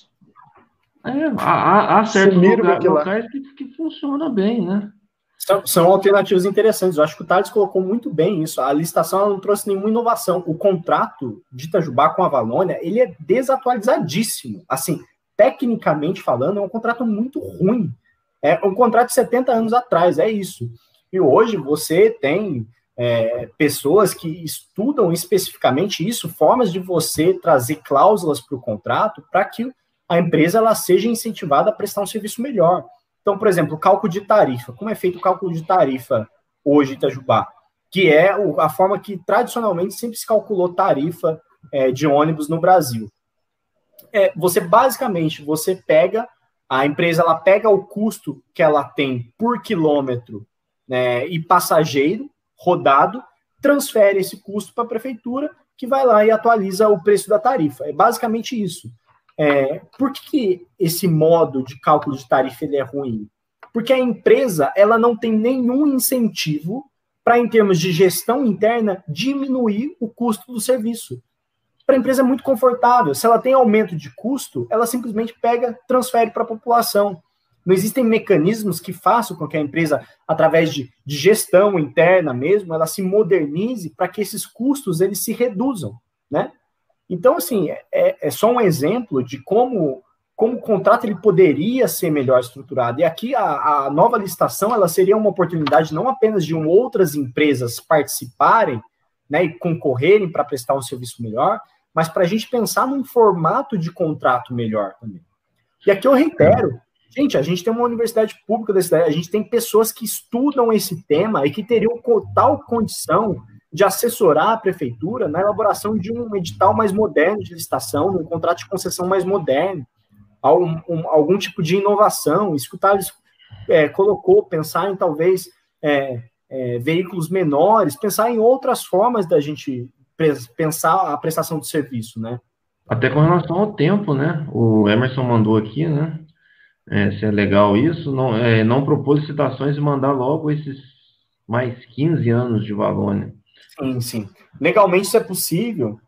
Há certos locais que funcionam bem, né? São alternativas interessantes. Eu acho que o Thales colocou muito bem isso. A licitação não trouxe nenhuma inovação. O contrato de Itajubá com a Valônia, ele é desatualizadíssimo. Assim, tecnicamente falando, é um contrato muito ruim. É um contrato de 70 anos atrás, é isso. E hoje você tem pessoas que estudam especificamente isso, formas de você trazer cláusulas para o contrato para que a empresa ela seja incentivada a prestar um serviço melhor. Então, por exemplo, o cálculo de tarifa. Como é feito o cálculo de tarifa hoje em Itajubá? Que é a forma que tradicionalmente sempre se calculou tarifa de ônibus no Brasil. Você pega, a empresa ela pega o custo que ela tem por quilômetro, né, e passageiro rodado, transfere esse custo para a prefeitura, que vai lá e atualiza o preço da tarifa. É basicamente isso. Por que esse modo de cálculo de tarifa ele é ruim? Porque a empresa ela não tem nenhum incentivo para, em termos de gestão interna, diminuir o custo do serviço. Para a empresa é muito confortável. Se ela tem aumento de custo, ela simplesmente transfere para a população. Não existem mecanismos que façam com que a empresa, através de gestão interna mesmo, ela se modernize para que esses custos eles se reduzam, né? Então, assim, é só um exemplo de como o contrato ele poderia ser melhor estruturado. E aqui a nova licitação ela seria uma oportunidade não apenas de outras empresas participarem, né, e concorrerem para prestar um serviço melhor, mas para a gente pensar num formato de contrato melhor também. E aqui eu reitero, gente, a gente tem uma universidade pública da cidade, a gente tem pessoas que estudam esse tema e que teriam tal condição de assessorar a prefeitura na elaboração de um edital mais moderno de licitação, de um contrato de concessão mais moderno, algum tipo de inovação. Isso que o Thales colocou, pensar em talvez veículos menores, pensar em outras formas da gente pensar a prestação de serviço, né? Até com relação ao tempo, né? O Emerson mandou aqui, né? Se é legal isso, não propor licitações e mandar logo esses mais 15 anos de Valônia. Sim. Legalmente isso é possível,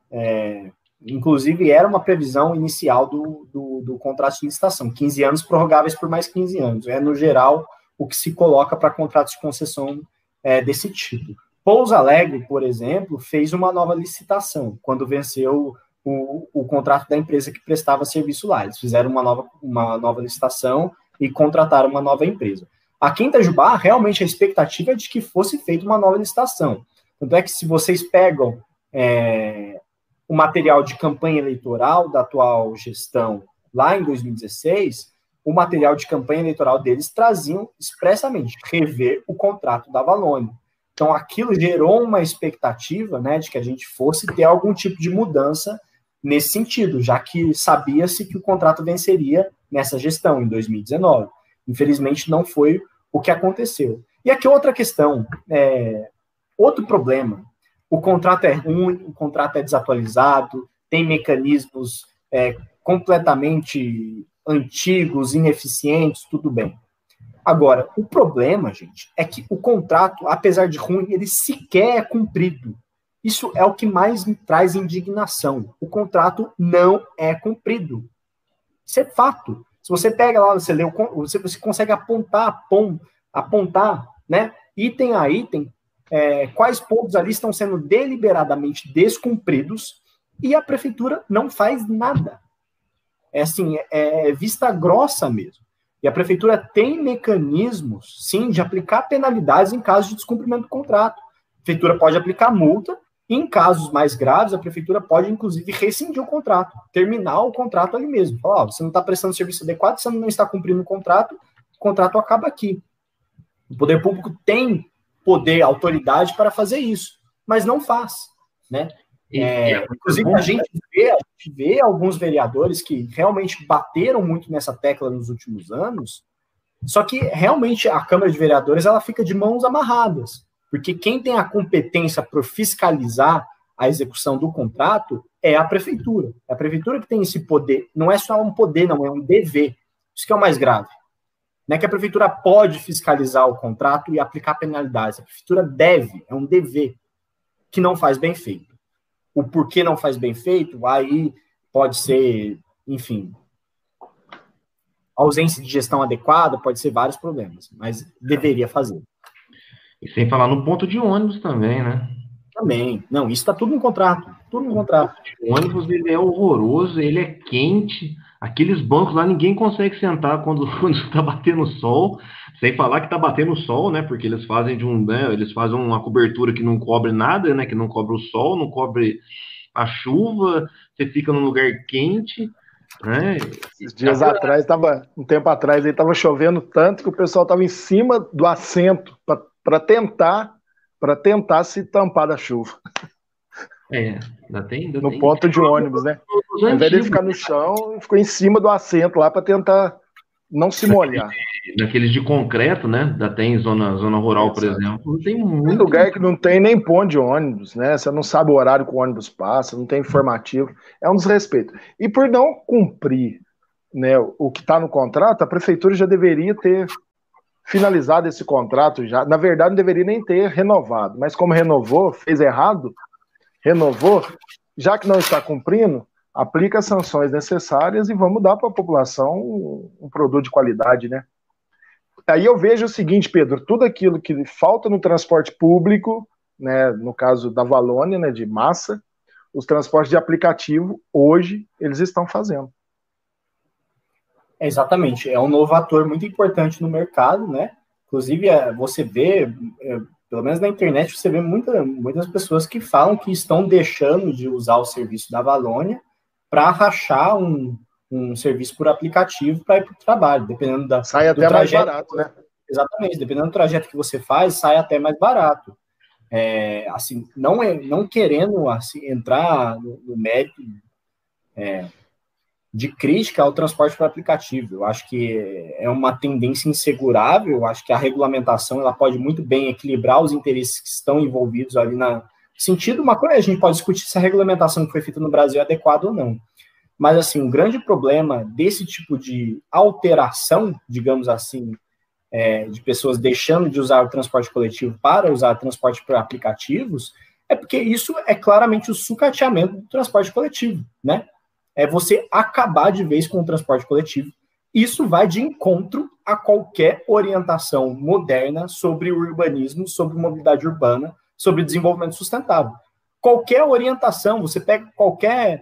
inclusive era uma previsão inicial do contrato de licitação, 15 anos prorrogáveis por mais 15 anos. No geral, o que se coloca para contratos de concessão desse tipo. Pouso Alegre, por exemplo, fez uma nova licitação, quando venceu o contrato da empresa que prestava serviço lá. Eles fizeram uma nova licitação e contrataram uma nova empresa. Aqui em Itajubá, realmente a expectativa é de que fosse feita uma nova licitação. Tanto é que se vocês pegam o material de campanha eleitoral da atual gestão lá em 2016, o material de campanha eleitoral deles traziam expressamente rever o contrato da Valônia. Então, aquilo gerou uma expectativa, né, de que a gente fosse ter algum tipo de mudança nesse sentido, já que sabia-se que o contrato venceria nessa gestão, em 2019. Infelizmente, não foi o que aconteceu. E aqui outra questão, outro problema. O contrato é ruim, o contrato é desatualizado, tem mecanismos completamente antigos, ineficientes, tudo bem. Agora, o problema, gente, é que o contrato, apesar de ruim, ele sequer é cumprido. Isso é o que mais me traz indignação. O contrato não é cumprido. Isso é fato. Se você pega lá, você lê, você consegue apontar, né, item a item, quais pontos ali estão sendo deliberadamente descumpridos e a prefeitura não faz nada. É vista grossa mesmo. E a prefeitura tem mecanismos, sim, de aplicar penalidades em caso de descumprimento do contrato. A prefeitura pode aplicar multa, e em casos mais graves, a prefeitura pode, inclusive, rescindir o contrato, terminar o contrato ali mesmo. Falar, você não está prestando serviço adequado, você não está cumprindo o contrato acaba aqui. O poder público tem poder, autoridade para fazer isso, mas não faz, né? Inclusive, a gente vê alguns vereadores que realmente bateram muito nessa tecla nos últimos anos, só que realmente a Câmara de Vereadores ela fica de mãos amarradas, porque quem tem a competência para fiscalizar a execução do contrato é a prefeitura. É a prefeitura que tem esse poder, não é só um poder, não, é um dever. Isso que é o mais grave. Não é que a prefeitura pode fiscalizar o contrato e aplicar penalidades, a prefeitura deve, é um dever que não faz bem feito. O porquê não faz bem feito, aí pode ser, enfim, ausência de gestão adequada, pode ser vários problemas, mas deveria fazer. E sem falar no ponto de ônibus também, né? Também. Não, isso está tudo no contrato. Tudo no contrato. O ônibus, ele é horroroso, ele é quente. Aqueles bancos lá, ninguém consegue sentar quando está batendo sol. Sem falar que está batendo sol, né? Porque eles fazem eles fazem uma cobertura que não cobre nada, né? Que não cobre o sol, não cobre a chuva. Você fica num lugar quente, né? Um tempo atrás, aí estava chovendo tanto que o pessoal estava em cima do assento para tentar se tampar da chuva. Ainda tem ponto de ônibus, né? Ao invés de ficar no chão, ficou em cima do assento lá para tentar não se molhar. Naqueles de concreto, né? Até em zona rural, por exemplo, tem muito lugar que não tem nem ponto de ônibus, né? Você não sabe o horário que o ônibus passa, não tem informativo. É um desrespeito. E por não cumprir, né, o que está no contrato, a prefeitura já deveria ter finalizado esse contrato já. Na verdade, não deveria nem ter renovado. Mas como renovou, fez errado, renovou, já que não está cumprindo, aplica as sanções necessárias e vamos dar para a população um produto de qualidade, né? Aí eu vejo o seguinte, Pedro, tudo aquilo que falta no transporte público, né, no caso da Valônia, né, de massa, os transportes de aplicativo, hoje, eles estão fazendo. Exatamente, é um novo ator muito importante no mercado, né? Inclusive, você vê, pelo menos na internet, você vê muitas pessoas que falam que estão deixando de usar o serviço da Valônia para rachar um serviço por aplicativo para ir para o trabalho, dependendo sai até trajeto, mais barato, né? Exatamente, dependendo do trajeto que você faz, sai até mais barato. Assim, não querendo assim, entrar no mérito de crítica ao transporte por aplicativo. Eu acho que é uma tendência insegurável, eu acho que a regulamentação ela pode muito bem equilibrar os interesses que estão envolvidos ali na sentido, uma coisa, a gente pode discutir se a regulamentação que foi feita no Brasil é adequada ou não. Mas, assim, um grande problema desse tipo de alteração, digamos assim, de pessoas deixando de usar o transporte coletivo para usar o transporte por aplicativos, é porque isso é claramente o sucateamento do transporte coletivo, né? É você acabar de vez com o transporte coletivo. Isso vai de encontro a qualquer orientação moderna sobre urbanismo, sobre mobilidade urbana, sobre desenvolvimento sustentável. Qualquer orientação, você pega qualquer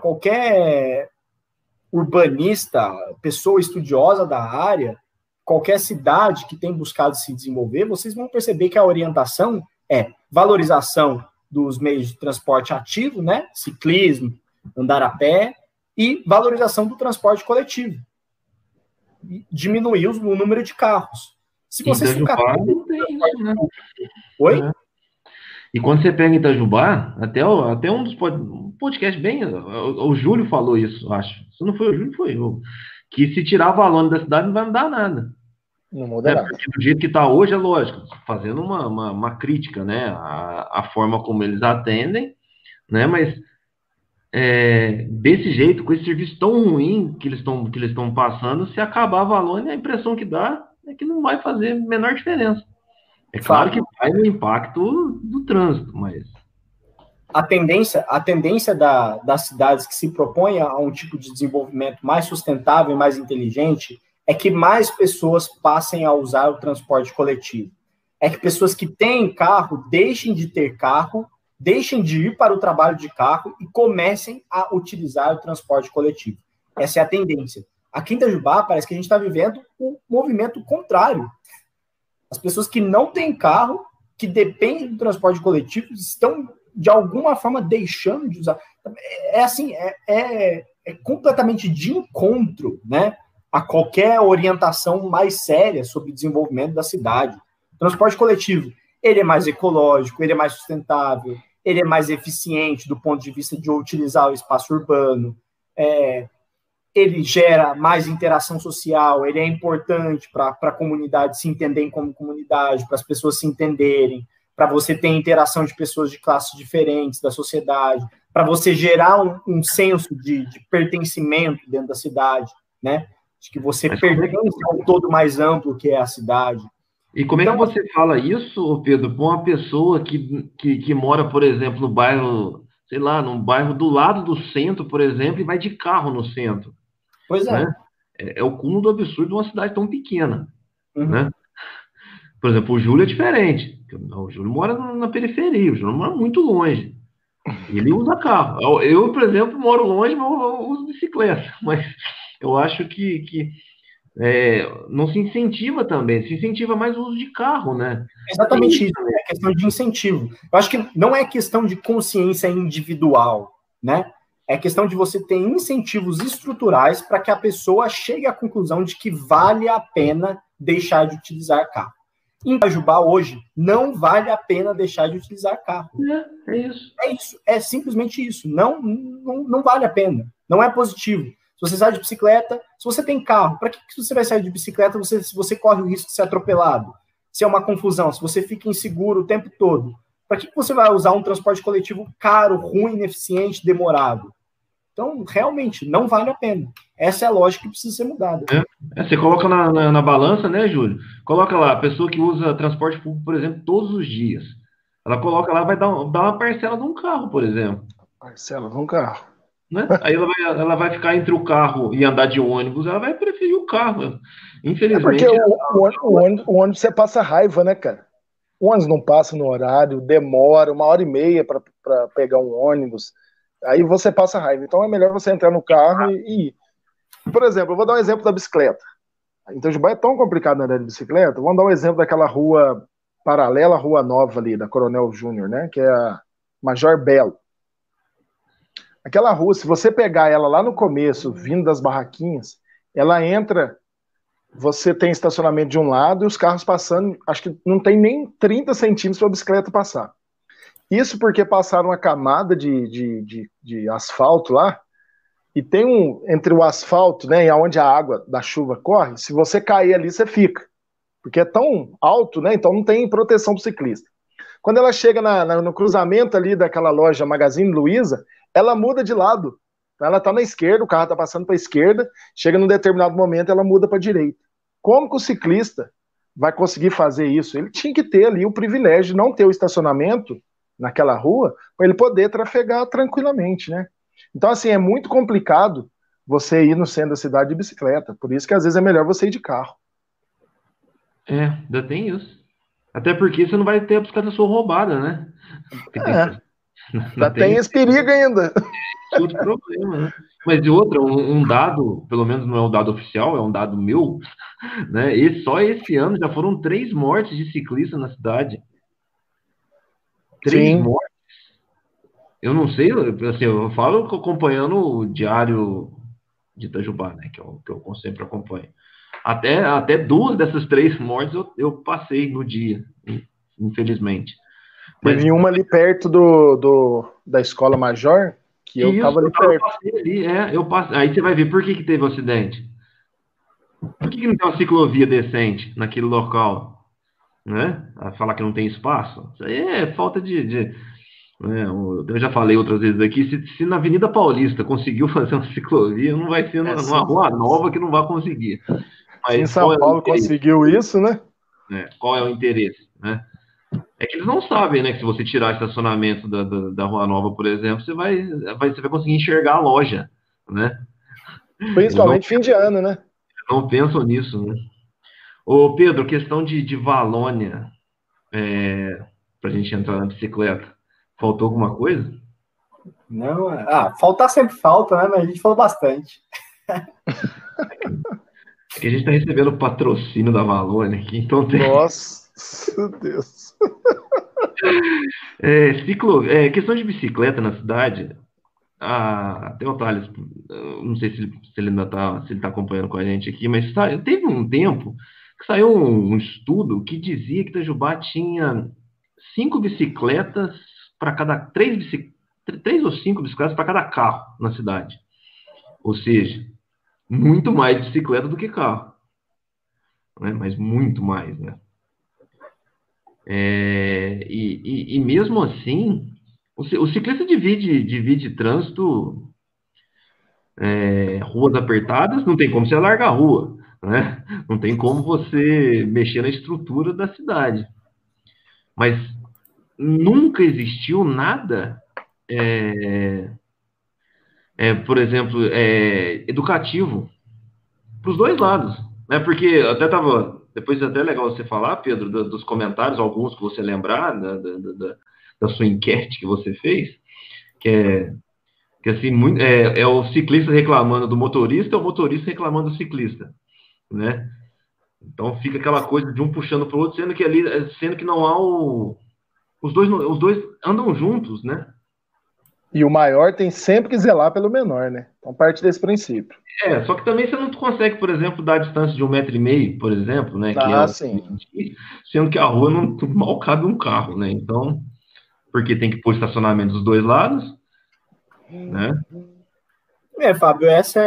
urbanista, pessoa estudiosa da área, qualquer cidade que tem buscado se desenvolver, vocês vão perceber que a orientação é valorização dos meios de transporte ativo, né? Ciclismo, andar a pé, e valorização do transporte coletivo. Diminuir o número de carros. Se você ficar... não tem isso, né? Oi? E quando você pega em Itajubá, até um dos podcasts bem... O Júlio falou isso, acho. Se não foi o Júlio, foi eu. Que se tirar a Valônia da cidade não vai mudar nada. Não muda nada. Porque do jeito que está hoje, é lógico, fazendo uma crítica, né? A forma como eles atendem, né? Mas desse jeito, com esse serviço tão ruim que eles estão passando, se acabar a Valônia, a impressão que dá é que não vai fazer a menor diferença. É claro que vai no impacto do trânsito, mas... A tendência das cidades que se propõem a um tipo de desenvolvimento mais sustentável e mais inteligente é que mais pessoas passem a usar o transporte coletivo. É que pessoas que têm carro deixem de ter carro, deixem de ir para o trabalho de carro e comecem a utilizar o transporte coletivo. Essa é a tendência. Aqui em Itajubá, parece que a gente está vivendo o movimento contrário. As pessoas que não têm carro, que dependem do transporte coletivo, estão, de alguma forma, deixando de usar. É completamente de encontro, né, a qualquer orientação mais séria sobre o desenvolvimento da cidade. O transporte coletivo, ele é mais ecológico, ele é mais sustentável, ele é mais eficiente do ponto de vista de utilizar o espaço urbano, ele gera mais interação social, ele é importante para a comunidade se entenderem como comunidade, para as pessoas se entenderem, para você ter interação de pessoas de classes diferentes da sociedade, para você gerar um senso de pertencimento dentro da cidade, né? De que você pertence ao todo mais amplo que é a cidade. E como é que você fala isso, Pedro, para uma pessoa que mora, por exemplo, no bairro, sei lá, num bairro do lado do centro, por exemplo, e vai de carro no centro? Pois é. Né? É o cúmulo do absurdo de uma cidade tão pequena. Né? Por exemplo, o Júlio é diferente. O Júlio mora na periferia, o Júlio mora muito longe. Ele usa carro. Eu, por exemplo, moro longe, mas eu uso bicicleta. Mas eu acho que não se incentiva também, se incentiva mais o uso de carro, né? Exatamente isso, é questão de incentivo. Eu acho que não é questão de consciência individual, né? É questão de você ter incentivos estruturais para que a pessoa chegue à conclusão de que vale a pena deixar de utilizar carro. Em Itajubá, hoje, não vale a pena deixar de utilizar carro. É isso. É isso, é simplesmente isso. Não vale a pena. Não é positivo. Se você sai de bicicleta, se você tem carro, para que você vai sair de bicicleta se você corre o risco de ser atropelado? Se é uma confusão, se você fica inseguro o tempo todo, para que você vai usar um transporte coletivo caro, ruim, ineficiente, demorado? Então, realmente, não vale a pena. Essa é a lógica que precisa ser mudada. Você coloca na balança, né, Júlio? Coloca lá, a pessoa que usa transporte público, por exemplo, todos os dias. Ela coloca lá, vai dar uma parcela de um carro, por exemplo. Parcela de um carro. Né? Aí ela vai ficar entre o carro e andar de ônibus, ela vai preferir o carro. Infelizmente. É porque o ônibus você passa raiva, né, cara? O ônibus não passa no horário, demora 1h30 para pegar um ônibus. Aí você passa raiva. Então é melhor você entrar no carro e ir. Por exemplo, eu vou dar um exemplo da bicicleta. Então, Itajubá é tão complicado andar de bicicleta. Vamos dar um exemplo daquela rua paralela à Rua Nova ali, da Coronel Júnior, né? Que é a Major Belo. Aquela rua, se você pegar ela lá no começo, vindo das barraquinhas, ela entra, você tem estacionamento de um lado e os carros passando, acho que não tem nem 30 centímetros para a bicicleta passar. Isso porque passaram uma camada de asfalto lá, e tem entre o asfalto, né, e onde a água da chuva corre, se você cair ali, você fica. Porque é tão alto, né, então não tem proteção para o ciclista. Quando ela chega no cruzamento ali daquela loja Magazine Luiza, ela muda de lado. Ela está na esquerda, o carro está passando para a esquerda, chega num determinado momento, ela muda para a direita. Como que o ciclista vai conseguir fazer isso? Ele tinha que ter ali o privilégio de não ter o estacionamento naquela rua, para ele poder trafegar tranquilamente, né? Então, assim, é muito complicado você ir no centro da cidade de bicicleta. Por isso que às vezes é melhor você ir de carro. Ainda tem isso. Até porque você não vai ter a bicicleta sua roubada, né? Já tem esse perigo ainda. Esse outro problema, né? Mas de outra, um dado, pelo menos não é um dado oficial, é um dado meu, né? E só esse ano já foram 3 mortes de ciclista na cidade. 3 mortes. Eu não sei, assim, eu falo acompanhando o Diário de Itajubá, né? Que eu sempre acompanho. Até 2 dessas 3 mortes eu passei no dia, infelizmente. Teve uma ali perto da Escola Major, que eu estava ali perto. Eu passei. Aí você vai ver por que teve o acidente. Por que não tem uma ciclovia decente naquele local? Né? A falar que não tem espaço? Isso aí é falta de eu já falei outras vezes aqui, se na Avenida Paulista conseguiu fazer uma ciclovia, não vai ser numa Rua Nova que não vai conseguir. Mas em São Paulo conseguiu isso, né? Qual é o interesse, né? É que eles não sabem, né? Que se você tirar estacionamento da Rua Nova, por exemplo, você vai conseguir enxergar a loja, né? Principalmente fim de ano, né? Não pensam nisso, né? Ô, Pedro, questão de Valônia, pra gente entrar na bicicleta. Faltou alguma coisa? Não, faltar sempre falta, né? Mas a gente falou bastante. É que a gente está recebendo patrocínio da Valônia aqui, então tem... Nossa, Deus. Questão de bicicleta na cidade, até o Thales, não sei se ele ainda está acompanhando com a gente aqui, mas teve um tempo que saiu um estudo que dizia que Itajubá tinha 5 bicicletas para cada 3 ou 5 bicicletas para cada carro na cidade. Ou seja, muito mais bicicleta do que carro, né? Mas muito mais, né? E mesmo assim, o ciclista divide trânsito, ruas apertadas, não tem como você alargar a rua, né? Não tem como você mexer na estrutura da cidade. Mas nunca existiu nada, por exemplo, educativo para os dois lados, né? Porque até depois é até legal você falar, Pedro, dos comentários, alguns que você lembrar, da sua enquete que você fez, que assim, é o ciclista reclamando do motorista, é o motorista reclamando do ciclista, né? Então fica aquela coisa de um puxando para o outro, sendo que não há os dois andam juntos, né? E o maior tem sempre que zelar pelo menor, né? Então parte desse princípio. Só que também você não consegue, por exemplo, dar a distância de 1,5 m, por exemplo, né? Que é Sim. Sendo que a rua não mal cabe um carro, né? Então, porque tem que pôr estacionamento dos dois lados, né? Fábio, essa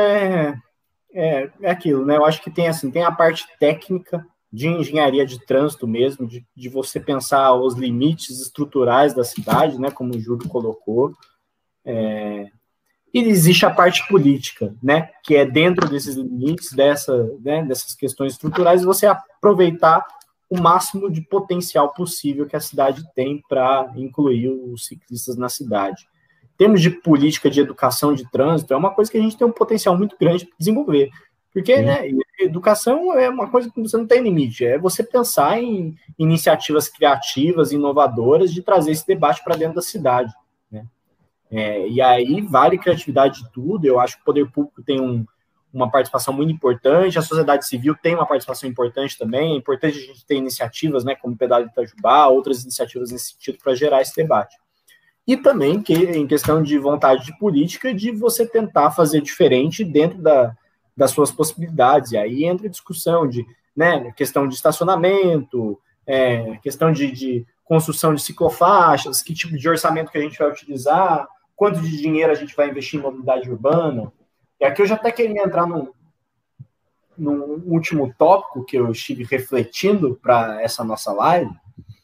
é aquilo, né? Eu acho que tem a parte técnica de engenharia de trânsito mesmo, de você pensar os limites estruturais da cidade, né? Como o Júlio colocou. E existe a parte política, né? Que é dentro desses limites, dessas questões estruturais, você aproveitar o máximo de potencial possível que a cidade tem para incluir os ciclistas na cidade. Em termos de política de educação de trânsito, é uma coisa que a gente tem um potencial muito grande para desenvolver. Porque, né, educação é uma coisa que você não tem limite, é você pensar em iniciativas criativas, inovadoras, de trazer esse debate para dentro da cidade, né? E aí vale criatividade de tudo. Eu acho que o poder público tem uma participação muito importante, a sociedade civil tem uma participação importante também. É importante a gente ter iniciativas, né, como o Pedal de Itajubá, outras iniciativas nesse sentido para gerar esse debate. E também, em questão de vontade de política, de você tentar fazer diferente dentro das suas possibilidades. E aí entra a discussão de, né, questão de estacionamento, questão de construção de ciclofaixas, que tipo de orçamento que a gente vai utilizar, quanto de dinheiro a gente vai investir em mobilidade urbana. E aqui eu já até queria entrar num último tópico que eu estive refletindo para essa nossa live.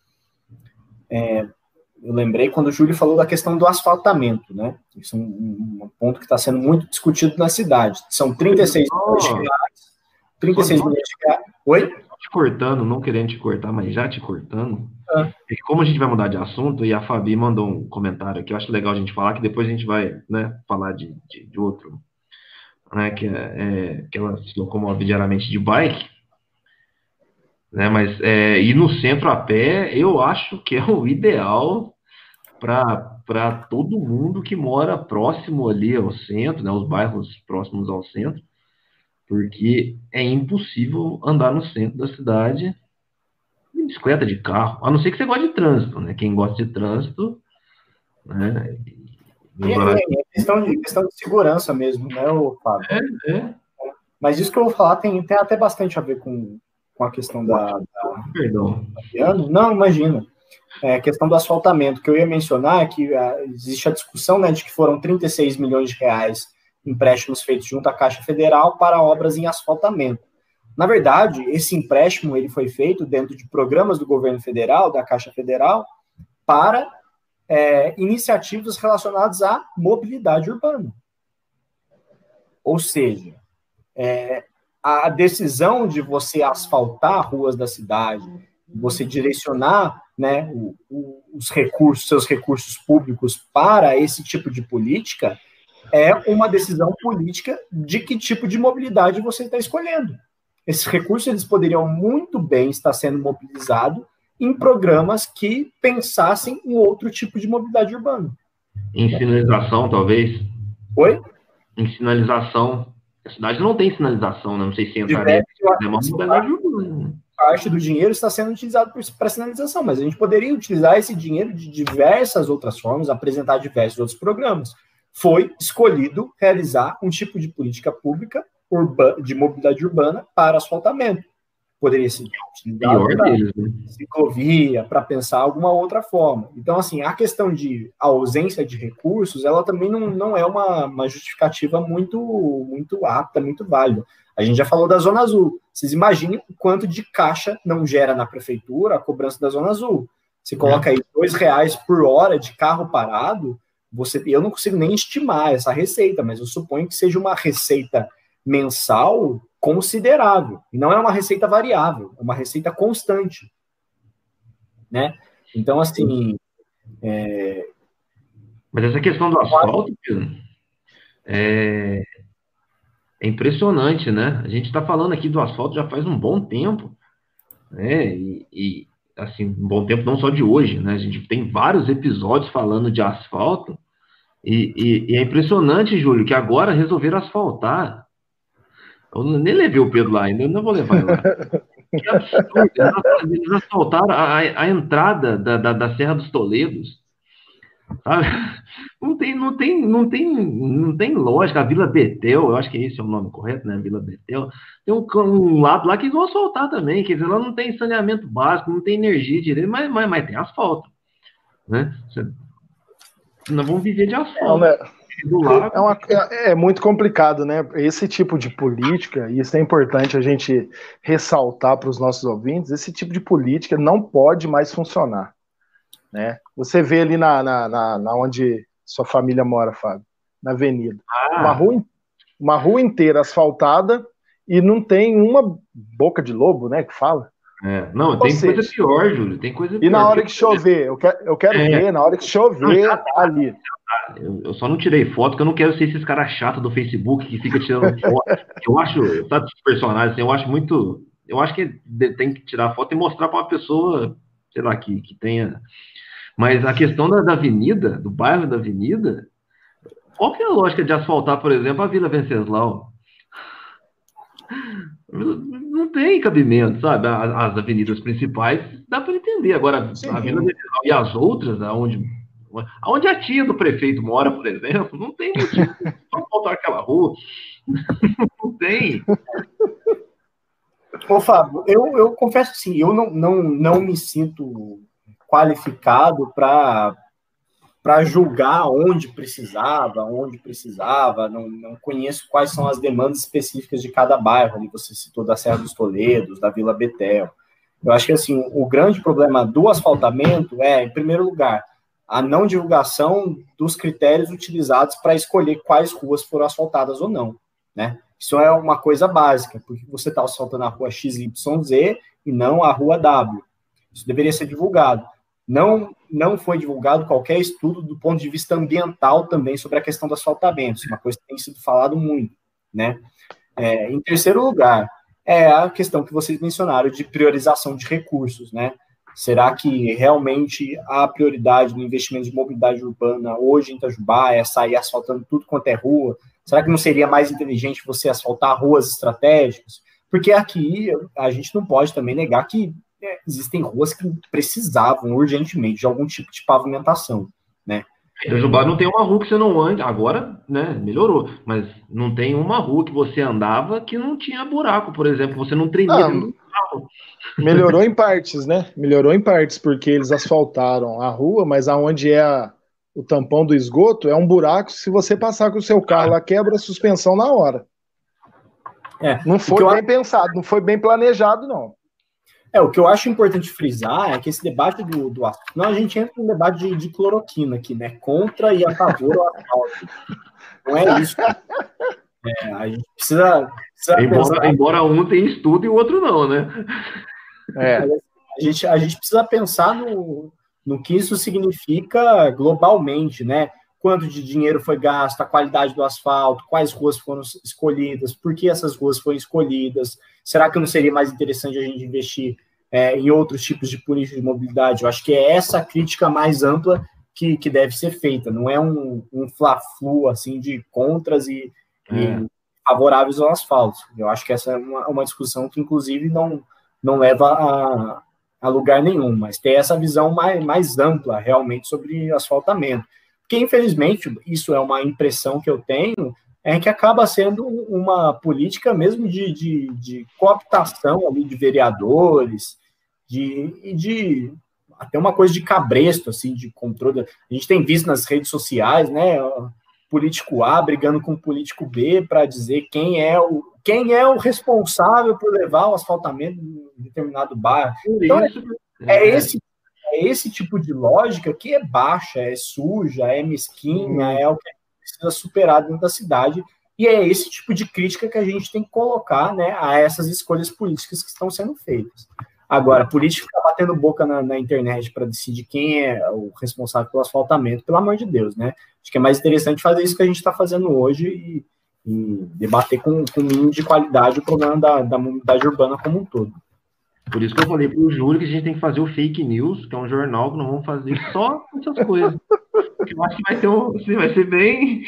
Eu lembrei quando o Júlio falou da questão do asfaltamento, né? Isso é um ponto que está sendo muito discutido na cidade. São 36 milhões de reais. 36 milhões de reais. Oi? Te cortando, não querendo te cortar, mas já te cortando. É que como a gente vai mudar de assunto, e a Fabi mandou um comentário aqui, eu acho legal a gente falar, que depois a gente vai, né, falar de outro, né, que ela se locomove diariamente de bike, né, mas ir no centro a pé, eu acho que é o ideal para todo mundo que mora próximo ali ao centro, né, os bairros próximos ao centro, porque é impossível andar no centro da cidade de bicicleta, de carro, a não ser que você goste de trânsito, né? Quem gosta de trânsito, né? Questão de segurança mesmo, né, Fábio? Mas isso que eu vou falar tem até bastante a ver com a questão Perdão. Não, imagina. A questão do asfaltamento, que eu ia mencionar, é que existe a discussão, né, de que foram 36 milhões de reais empréstimos feitos junto à Caixa Federal para obras em asfaltamento. Na verdade, esse empréstimo ele foi feito dentro de programas do governo federal, da Caixa Federal, para iniciativas relacionadas à mobilidade urbana. Ou seja, a decisão de você asfaltar ruas da cidade, você direcionar, né, seus recursos públicos para esse tipo de política, é uma decisão política de que tipo de mobilidade você está escolhendo. Esses recursos eles poderiam muito bem estar sendo mobilizados em programas que pensassem em outro tipo de mobilidade urbana. Em sinalização, talvez? Oi? Em sinalização. A cidade não tem sinalização, né? Não sei se entraria. É uma mobilidade urbana. Parte do dinheiro está sendo utilizado para sinalização, mas a gente poderia utilizar esse dinheiro de diversas outras formas, apresentar diversos outros programas. Foi escolhido realizar um tipo de política pública de mobilidade urbana para asfaltamento. Poderia ser utilizado para ciclovia, para pensar alguma outra forma. Então, assim, a questão de ausência de recursos, ela também não é uma justificativa muito apta, muito válida. A gente já falou da Zona Azul. Vocês imaginem o quanto de caixa não gera na prefeitura a cobrança da Zona Azul. Você coloca aí R$2 por hora de carro parado, eu não consigo nem estimar essa receita, mas eu suponho que seja uma receita mensal considerável. E não é uma receita variável, é uma receita constante, né? Então, assim... Mas essa questão do asfalto, é impressionante, né? A gente está falando aqui do asfalto já faz um bom tempo, né? Assim, um bom tempo não só de hoje, né? A gente tem vários episódios falando de asfalto e é impressionante, Júlio, que agora resolveram asfaltar. Eu nem levei o Pedro lá ainda, eu não vou levar ele lá. Que absurdo! Eles asfaltaram a entrada da Serra dos Toledos, sabe? Não tem lógica. A Vila Betel, eu acho que esse é o nome correto, né? Vila Betel. Tem um lado lá que eles vão asfaltar também, quer dizer, lá não tem saneamento básico, não tem energia direito, mas tem asfalto, né? Nós vamos viver de asfalto. Do lado. É muito complicado, né? Esse tipo de política, e isso é importante a gente ressaltar para os nossos ouvintes, esse tipo de política não pode mais funcionar, né? Você vê ali na onde sua família mora, Fábio, na avenida, uma rua inteira asfaltada e não tem uma boca de lobo, né, que fala. Não, tem coisa pior, Júlio, tem coisa pior. E na hora que chover, eu quero ver, na hora que chover ali. Eu só não tirei foto, porque eu não quero ser esses caras chatos do Facebook que fica tirando foto. Eu acho, sabe, os personagens, assim, eu acho muito. Eu acho que tem que tirar foto e mostrar para uma pessoa, sei lá, que tenha. Mas a questão da avenida, do bairro da avenida, qual que é a lógica de asfaltar, por exemplo, a Vila Venceslau? Não tem cabimento, sabe? As avenidas principais dá para entender. Agora, sim, a Vila Venceslau e as outras, aonde a tia do prefeito mora, por exemplo, não tem motivo para faltar aquela rua. Não tem. Ô, Fábio, eu confesso assim, eu não me sinto qualificado para julgar onde precisava, não conheço quais são as demandas específicas de cada bairro. Ali você citou da Serra dos Toledos, da Vila Betel. Eu acho que assim, o grande problema do asfaltamento é, em primeiro lugar, a não divulgação dos critérios utilizados para escolher quais ruas foram asfaltadas ou não, né? Isso é uma coisa básica, porque você está asfaltando a rua XYZ e não a rua W. Isso deveria ser divulgado. Não foi divulgado qualquer estudo do ponto de vista ambiental também sobre a questão do asfaltamento, isso é uma coisa que tem sido falado muito, né? Em terceiro lugar, é a questão que vocês mencionaram de priorização de recursos, né? Será que realmente a prioridade no investimento de mobilidade urbana hoje em Itajubá é sair asfaltando tudo quanto é rua? Será que não seria mais inteligente você asfaltar ruas estratégicas? Porque aqui a gente não pode também negar que existem ruas que precisavam urgentemente de algum tipo de pavimentação, né? Itajubá não tem uma rua que você não ande, agora, né, melhorou, mas não tem uma rua que você andava que não tinha buraco, por exemplo, você não tremia dentro do carro. Melhorou em partes, né? Melhorou em partes, porque eles asfaltaram a rua, mas aonde é o tampão do esgoto é um buraco, se você passar com o seu carro lá, quebra a suspensão na hora. Não foi bem pensado, não foi bem planejado, não. O que eu acho importante frisar é que esse debate do asfalto, a gente entra num debate de cloroquina aqui, né? Contra e a favor do asfalto. Não é isso. A gente precisa embora um tenha estudo e o outro não, né? A gente precisa pensar no que isso significa globalmente, né? Quanto de dinheiro foi gasto, a qualidade do asfalto, quais ruas foram escolhidas, por que essas ruas foram escolhidas, será que não seria mais interessante a gente investir em outros tipos de política de mobilidade? Eu acho que é essa crítica mais ampla que deve ser feita, não é um fla-flu assim, de contras e favoráveis ao asfalto. Eu acho que essa é uma discussão que, inclusive, não leva a lugar nenhum, mas ter essa visão mais ampla, realmente, sobre asfaltamento. Porque, infelizmente, isso é uma impressão que eu tenho, que acaba sendo uma política mesmo de cooptação ali de vereadores, de até uma coisa de cabresto, assim, de controle. A gente tem visto nas redes sociais, né, político A brigando com político B para dizer quem é o responsável por levar o asfaltamento em determinado bairro. Então, é esse tipo de lógica que é baixa, é suja, é mesquinha, é o que a gente precisa superar dentro da cidade, e é esse tipo de crítica que a gente tem que colocar, né, a essas escolhas políticas que estão sendo feitas. Agora, político ficar batendo boca na internet para decidir quem é o responsável pelo asfaltamento, pelo amor de Deus, né? Acho que é mais interessante fazer isso que a gente está fazendo hoje e debater com um mínimo de qualidade o problema da mobilidade urbana como um todo. Por isso que eu falei pro Júlio que a gente tem que fazer o Fake News, que é um jornal que nós vamos fazer só essas coisas. Eu acho que vai ser bem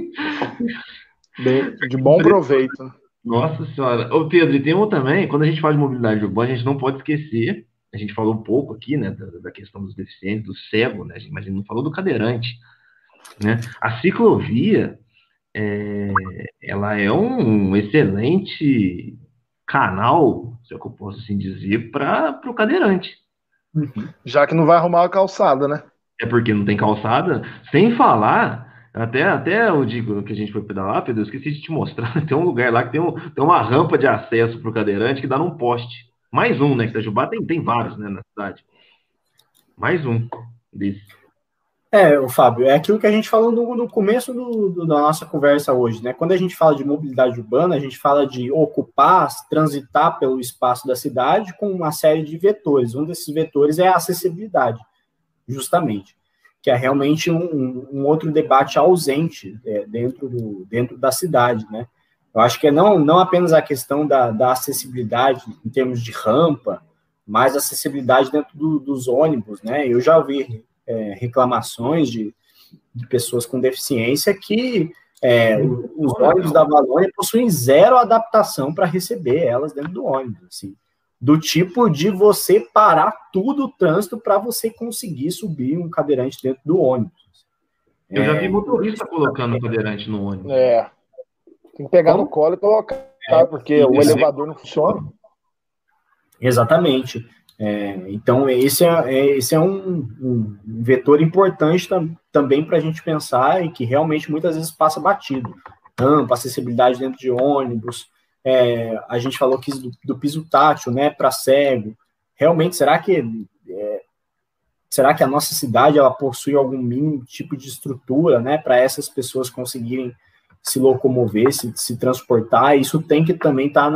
De bom proveito. Nossa senhora. Ô, Pedro, e tem um também, quando a gente fala de mobilidade urbana, a gente não pode esquecer, a gente falou um pouco aqui, né, da questão dos deficientes, do cego, né, mas a gente não falou do cadeirante, né? A ciclovia, ela é um excelente canal, se é que eu posso assim dizer, para o cadeirante. Já que não vai arrumar a calçada, né? É porque não tem calçada, sem falar, até eu digo que a gente foi pedalar, Pedro, eu esqueci de te mostrar, tem um lugar lá que tem uma rampa de acesso para o cadeirante que dá num poste. Mais um, né? Que Itajubá tem vários, né, na cidade. Mais um desse. O Fábio, é aquilo que a gente falou no começo da nossa conversa hoje, né? Quando a gente fala de mobilidade urbana, a gente fala de ocupar, transitar pelo espaço da cidade com uma série de vetores. Um desses vetores é a acessibilidade, justamente, que é realmente um outro debate ausente dentro da cidade, né? Eu acho que é não apenas a questão da acessibilidade em termos de rampa, mas acessibilidade dentro dos ônibus, né? Eu já ouvi reclamações de pessoas com deficiência que os ônibus da Valônia possuem zero adaptação para receber elas dentro do ônibus, assim, do tipo de você parar tudo o trânsito para você conseguir subir um cadeirante dentro do ônibus. Eu já vi motorista colocando cadeirante no ônibus. Tem que pegar no colo e colocar, porque o elevador não funciona. Exatamente. Então, esse é um vetor importante também para a gente pensar e que realmente muitas vezes passa batido. Rampa, acessibilidade dentro de ônibus, a gente falou aqui do piso tátil, né, para cego. Realmente, será que a nossa cidade ela possui algum mínimo tipo de estrutura, né, para essas pessoas conseguirem se locomover, se transportar? Isso tem que também estar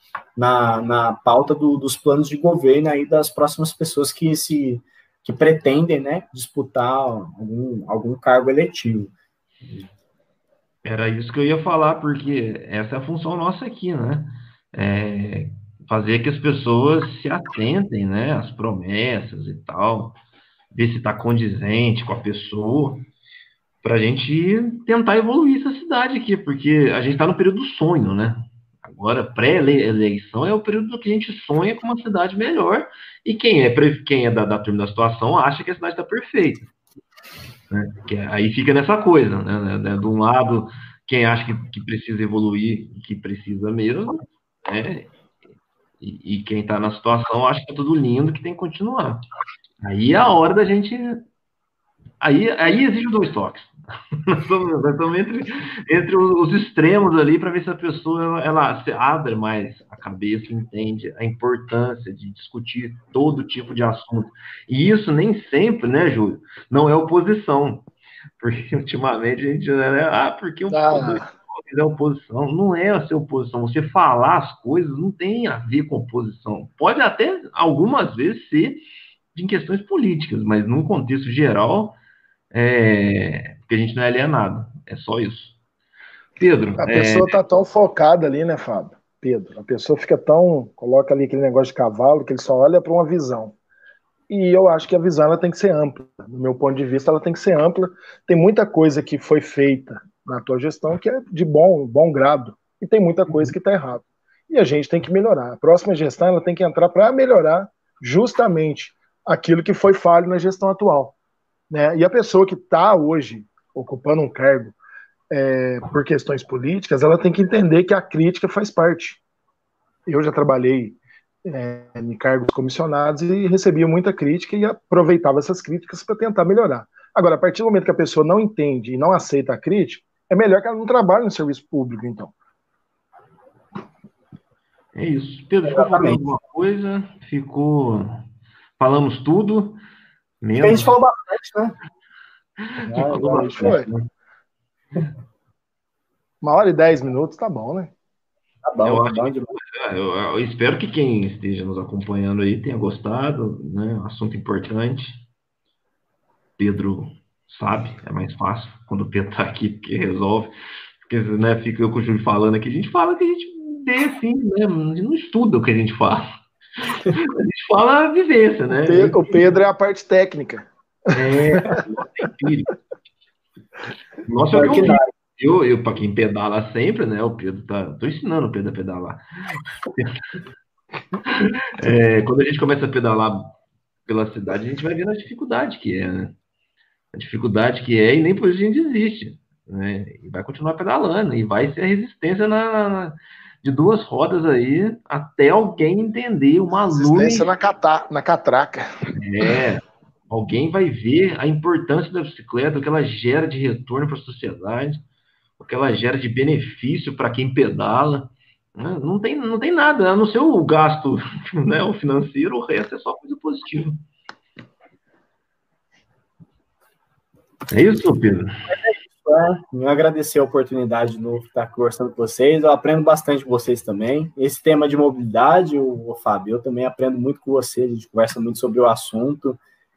na pauta dos planos de governo aí das próximas pessoas que pretendem, né, disputar algum cargo eletivo. Era isso que eu ia falar, porque essa é a função nossa aqui, né? Fazer que as pessoas se atentem, né, às promessas e tal, ver se está condizente com a pessoa, para a gente tentar evoluir essa cidade aqui, porque a gente está no período do sonho, né? Agora, pré-eleição é o período que a gente sonha com uma cidade melhor, e quem é da turma da situação acha que a cidade está perfeita. Né? Aí fica nessa coisa, né? De um lado, quem acha que precisa evoluir, que precisa mesmo, né? E quem está na situação acha que é tudo lindo, que tem que continuar. Aí é a hora da gente... Aí exige os 2 toques. Nós estamos entre os extremos ali para ver se a pessoa ela se abre mais a cabeça e entende a importância de discutir todo tipo de assunto. E isso nem sempre, né, Júlio, não é oposição. Porque ultimamente a gente... porque é oposição. Não é a ser oposição. Você falar as coisas não tem a ver com oposição. Pode até, algumas vezes, ser em questões políticas, mas num contexto geral... porque a gente não é alienado, é só isso. Pedro... A pessoa tá tão focada ali, né, Fábio? Pedro, a pessoa fica coloca ali aquele negócio de cavalo, que ele só olha para uma visão. E eu acho que a visão ela tem que ser ampla. Do meu ponto de vista, ela tem que ser ampla. Tem muita coisa que foi feita na tua gestão que é de bom grado, e tem muita coisa que está errada. E a gente tem que melhorar. A próxima gestão ela tem que entrar para melhorar justamente aquilo que foi falho na gestão atual. Né? E a pessoa que está hoje ocupando um cargo por questões políticas, ela tem que entender que a crítica faz parte. Eu já trabalhei em cargos comissionados e recebia muita crítica e aproveitava essas críticas para tentar melhorar. Agora, a partir do momento que a pessoa não entende e não aceita a crítica, é melhor que ela não trabalhe no serviço público, então. É isso. Pedro, ficou falando alguma coisa? Falamos tudo. A gente falou bastante, né? Foi. 1h10 tá bom, né? Tá bom, eu espero que quem esteja nos acompanhando aí tenha gostado, né? Assunto importante. Pedro sabe, é mais fácil quando o Pedro tá aqui, porque resolve. Porque, né, fica eu com o Júlio falando aqui, a gente fala que a gente vê assim, né? A gente não estuda o que a gente fala. A gente fala a vivência, né? O Pedro é a parte técnica. É empírico. Nossa, é o que eu vi. Eu, para quem pedala sempre, né? O Pedro tô ensinando o Pedro a pedalar. Quando a gente começa a pedalar pela cidade, a gente vai vendo a dificuldade que é, né? A dificuldade que é, e nem por isso a gente desiste, né? E vai continuar pedalando, e vai ser a resistência de duas rodas aí, até alguém entender, uma resistência na catraca. Alguém vai ver a importância da bicicleta, o que ela gera de retorno para a sociedade, o que ela gera de benefício para quem pedala. Não tem nada, a não ser o gasto, né, o financeiro, o resto é só coisa positiva. É isso, Pedro? Eu agradecer a oportunidade de novo estar conversando com vocês. Eu aprendo bastante com vocês também. Esse tema de mobilidade, o Fábio, eu também aprendo muito com você. A gente conversa muito sobre o assunto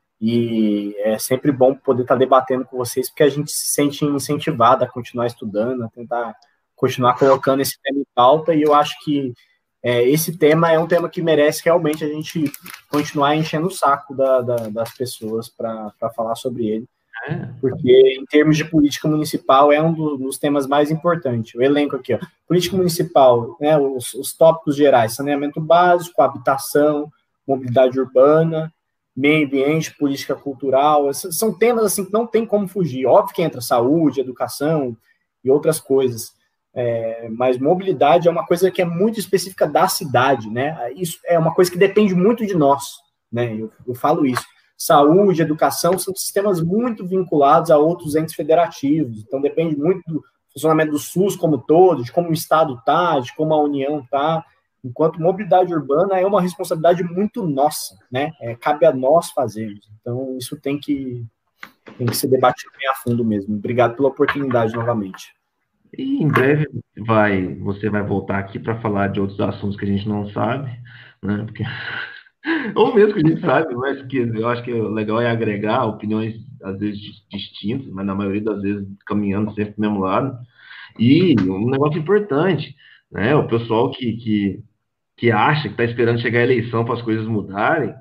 e é sempre bom poder estar debatendo com vocês, porque a gente se sente incentivado a continuar estudando, a tentar continuar colocando esse tema em pauta. E eu acho que esse tema é um tema que merece realmente a gente continuar enchendo o saco das pessoas para falar sobre ele. Porque, em termos de política municipal, é um dos temas mais importantes. O elenco aqui, ó. Política municipal, né, os tópicos gerais: saneamento básico, habitação, mobilidade urbana, meio ambiente, política cultural. São temas assim que não tem como fugir. Óbvio que entra saúde, educação e outras coisas. Mas mobilidade é uma coisa que é muito específica da cidade, né? Isso é uma coisa que depende muito de nós, né? Eu falo isso. Saúde, educação são sistemas muito vinculados a outros entes federativos, então depende muito do funcionamento do SUS como todo, de como o Estado está, de como a União está, enquanto mobilidade urbana é uma responsabilidade muito nossa, né? Cabe a nós fazermos, então isso tem que ser debatido bem a fundo mesmo. Obrigado pela oportunidade novamente. E em breve você vai voltar aqui para falar de outros assuntos que a gente não sabe, né? Porque... ou mesmo que a gente sabe, mas que eu acho que o legal é agregar opiniões, às vezes, distintas, mas na maioria das vezes caminhando sempre do mesmo lado. E um negócio importante, né? O pessoal que acha que está esperando chegar a eleição para as coisas mudarem,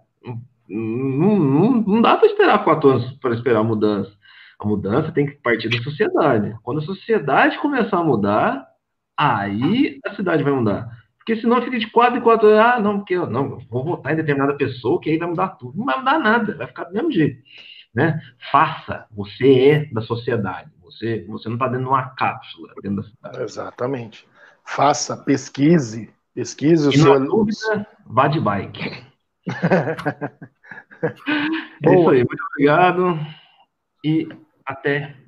não dá para esperar 4 anos para esperar a mudança. A mudança tem que partir da sociedade. Quando a sociedade começar a mudar, aí a cidade vai mudar. Porque senão fica de 4 em 4 anos. Porque eu vou votar em determinada pessoa que aí vai mudar tudo. Não vai mudar nada, vai ficar do mesmo jeito. Né? Faça, você é da sociedade. Você não está dentro de uma cápsula dentro da cidade. Exatamente. Faça, pesquise o seu... na dúvida, vá de bike. É isso aí, muito obrigado e até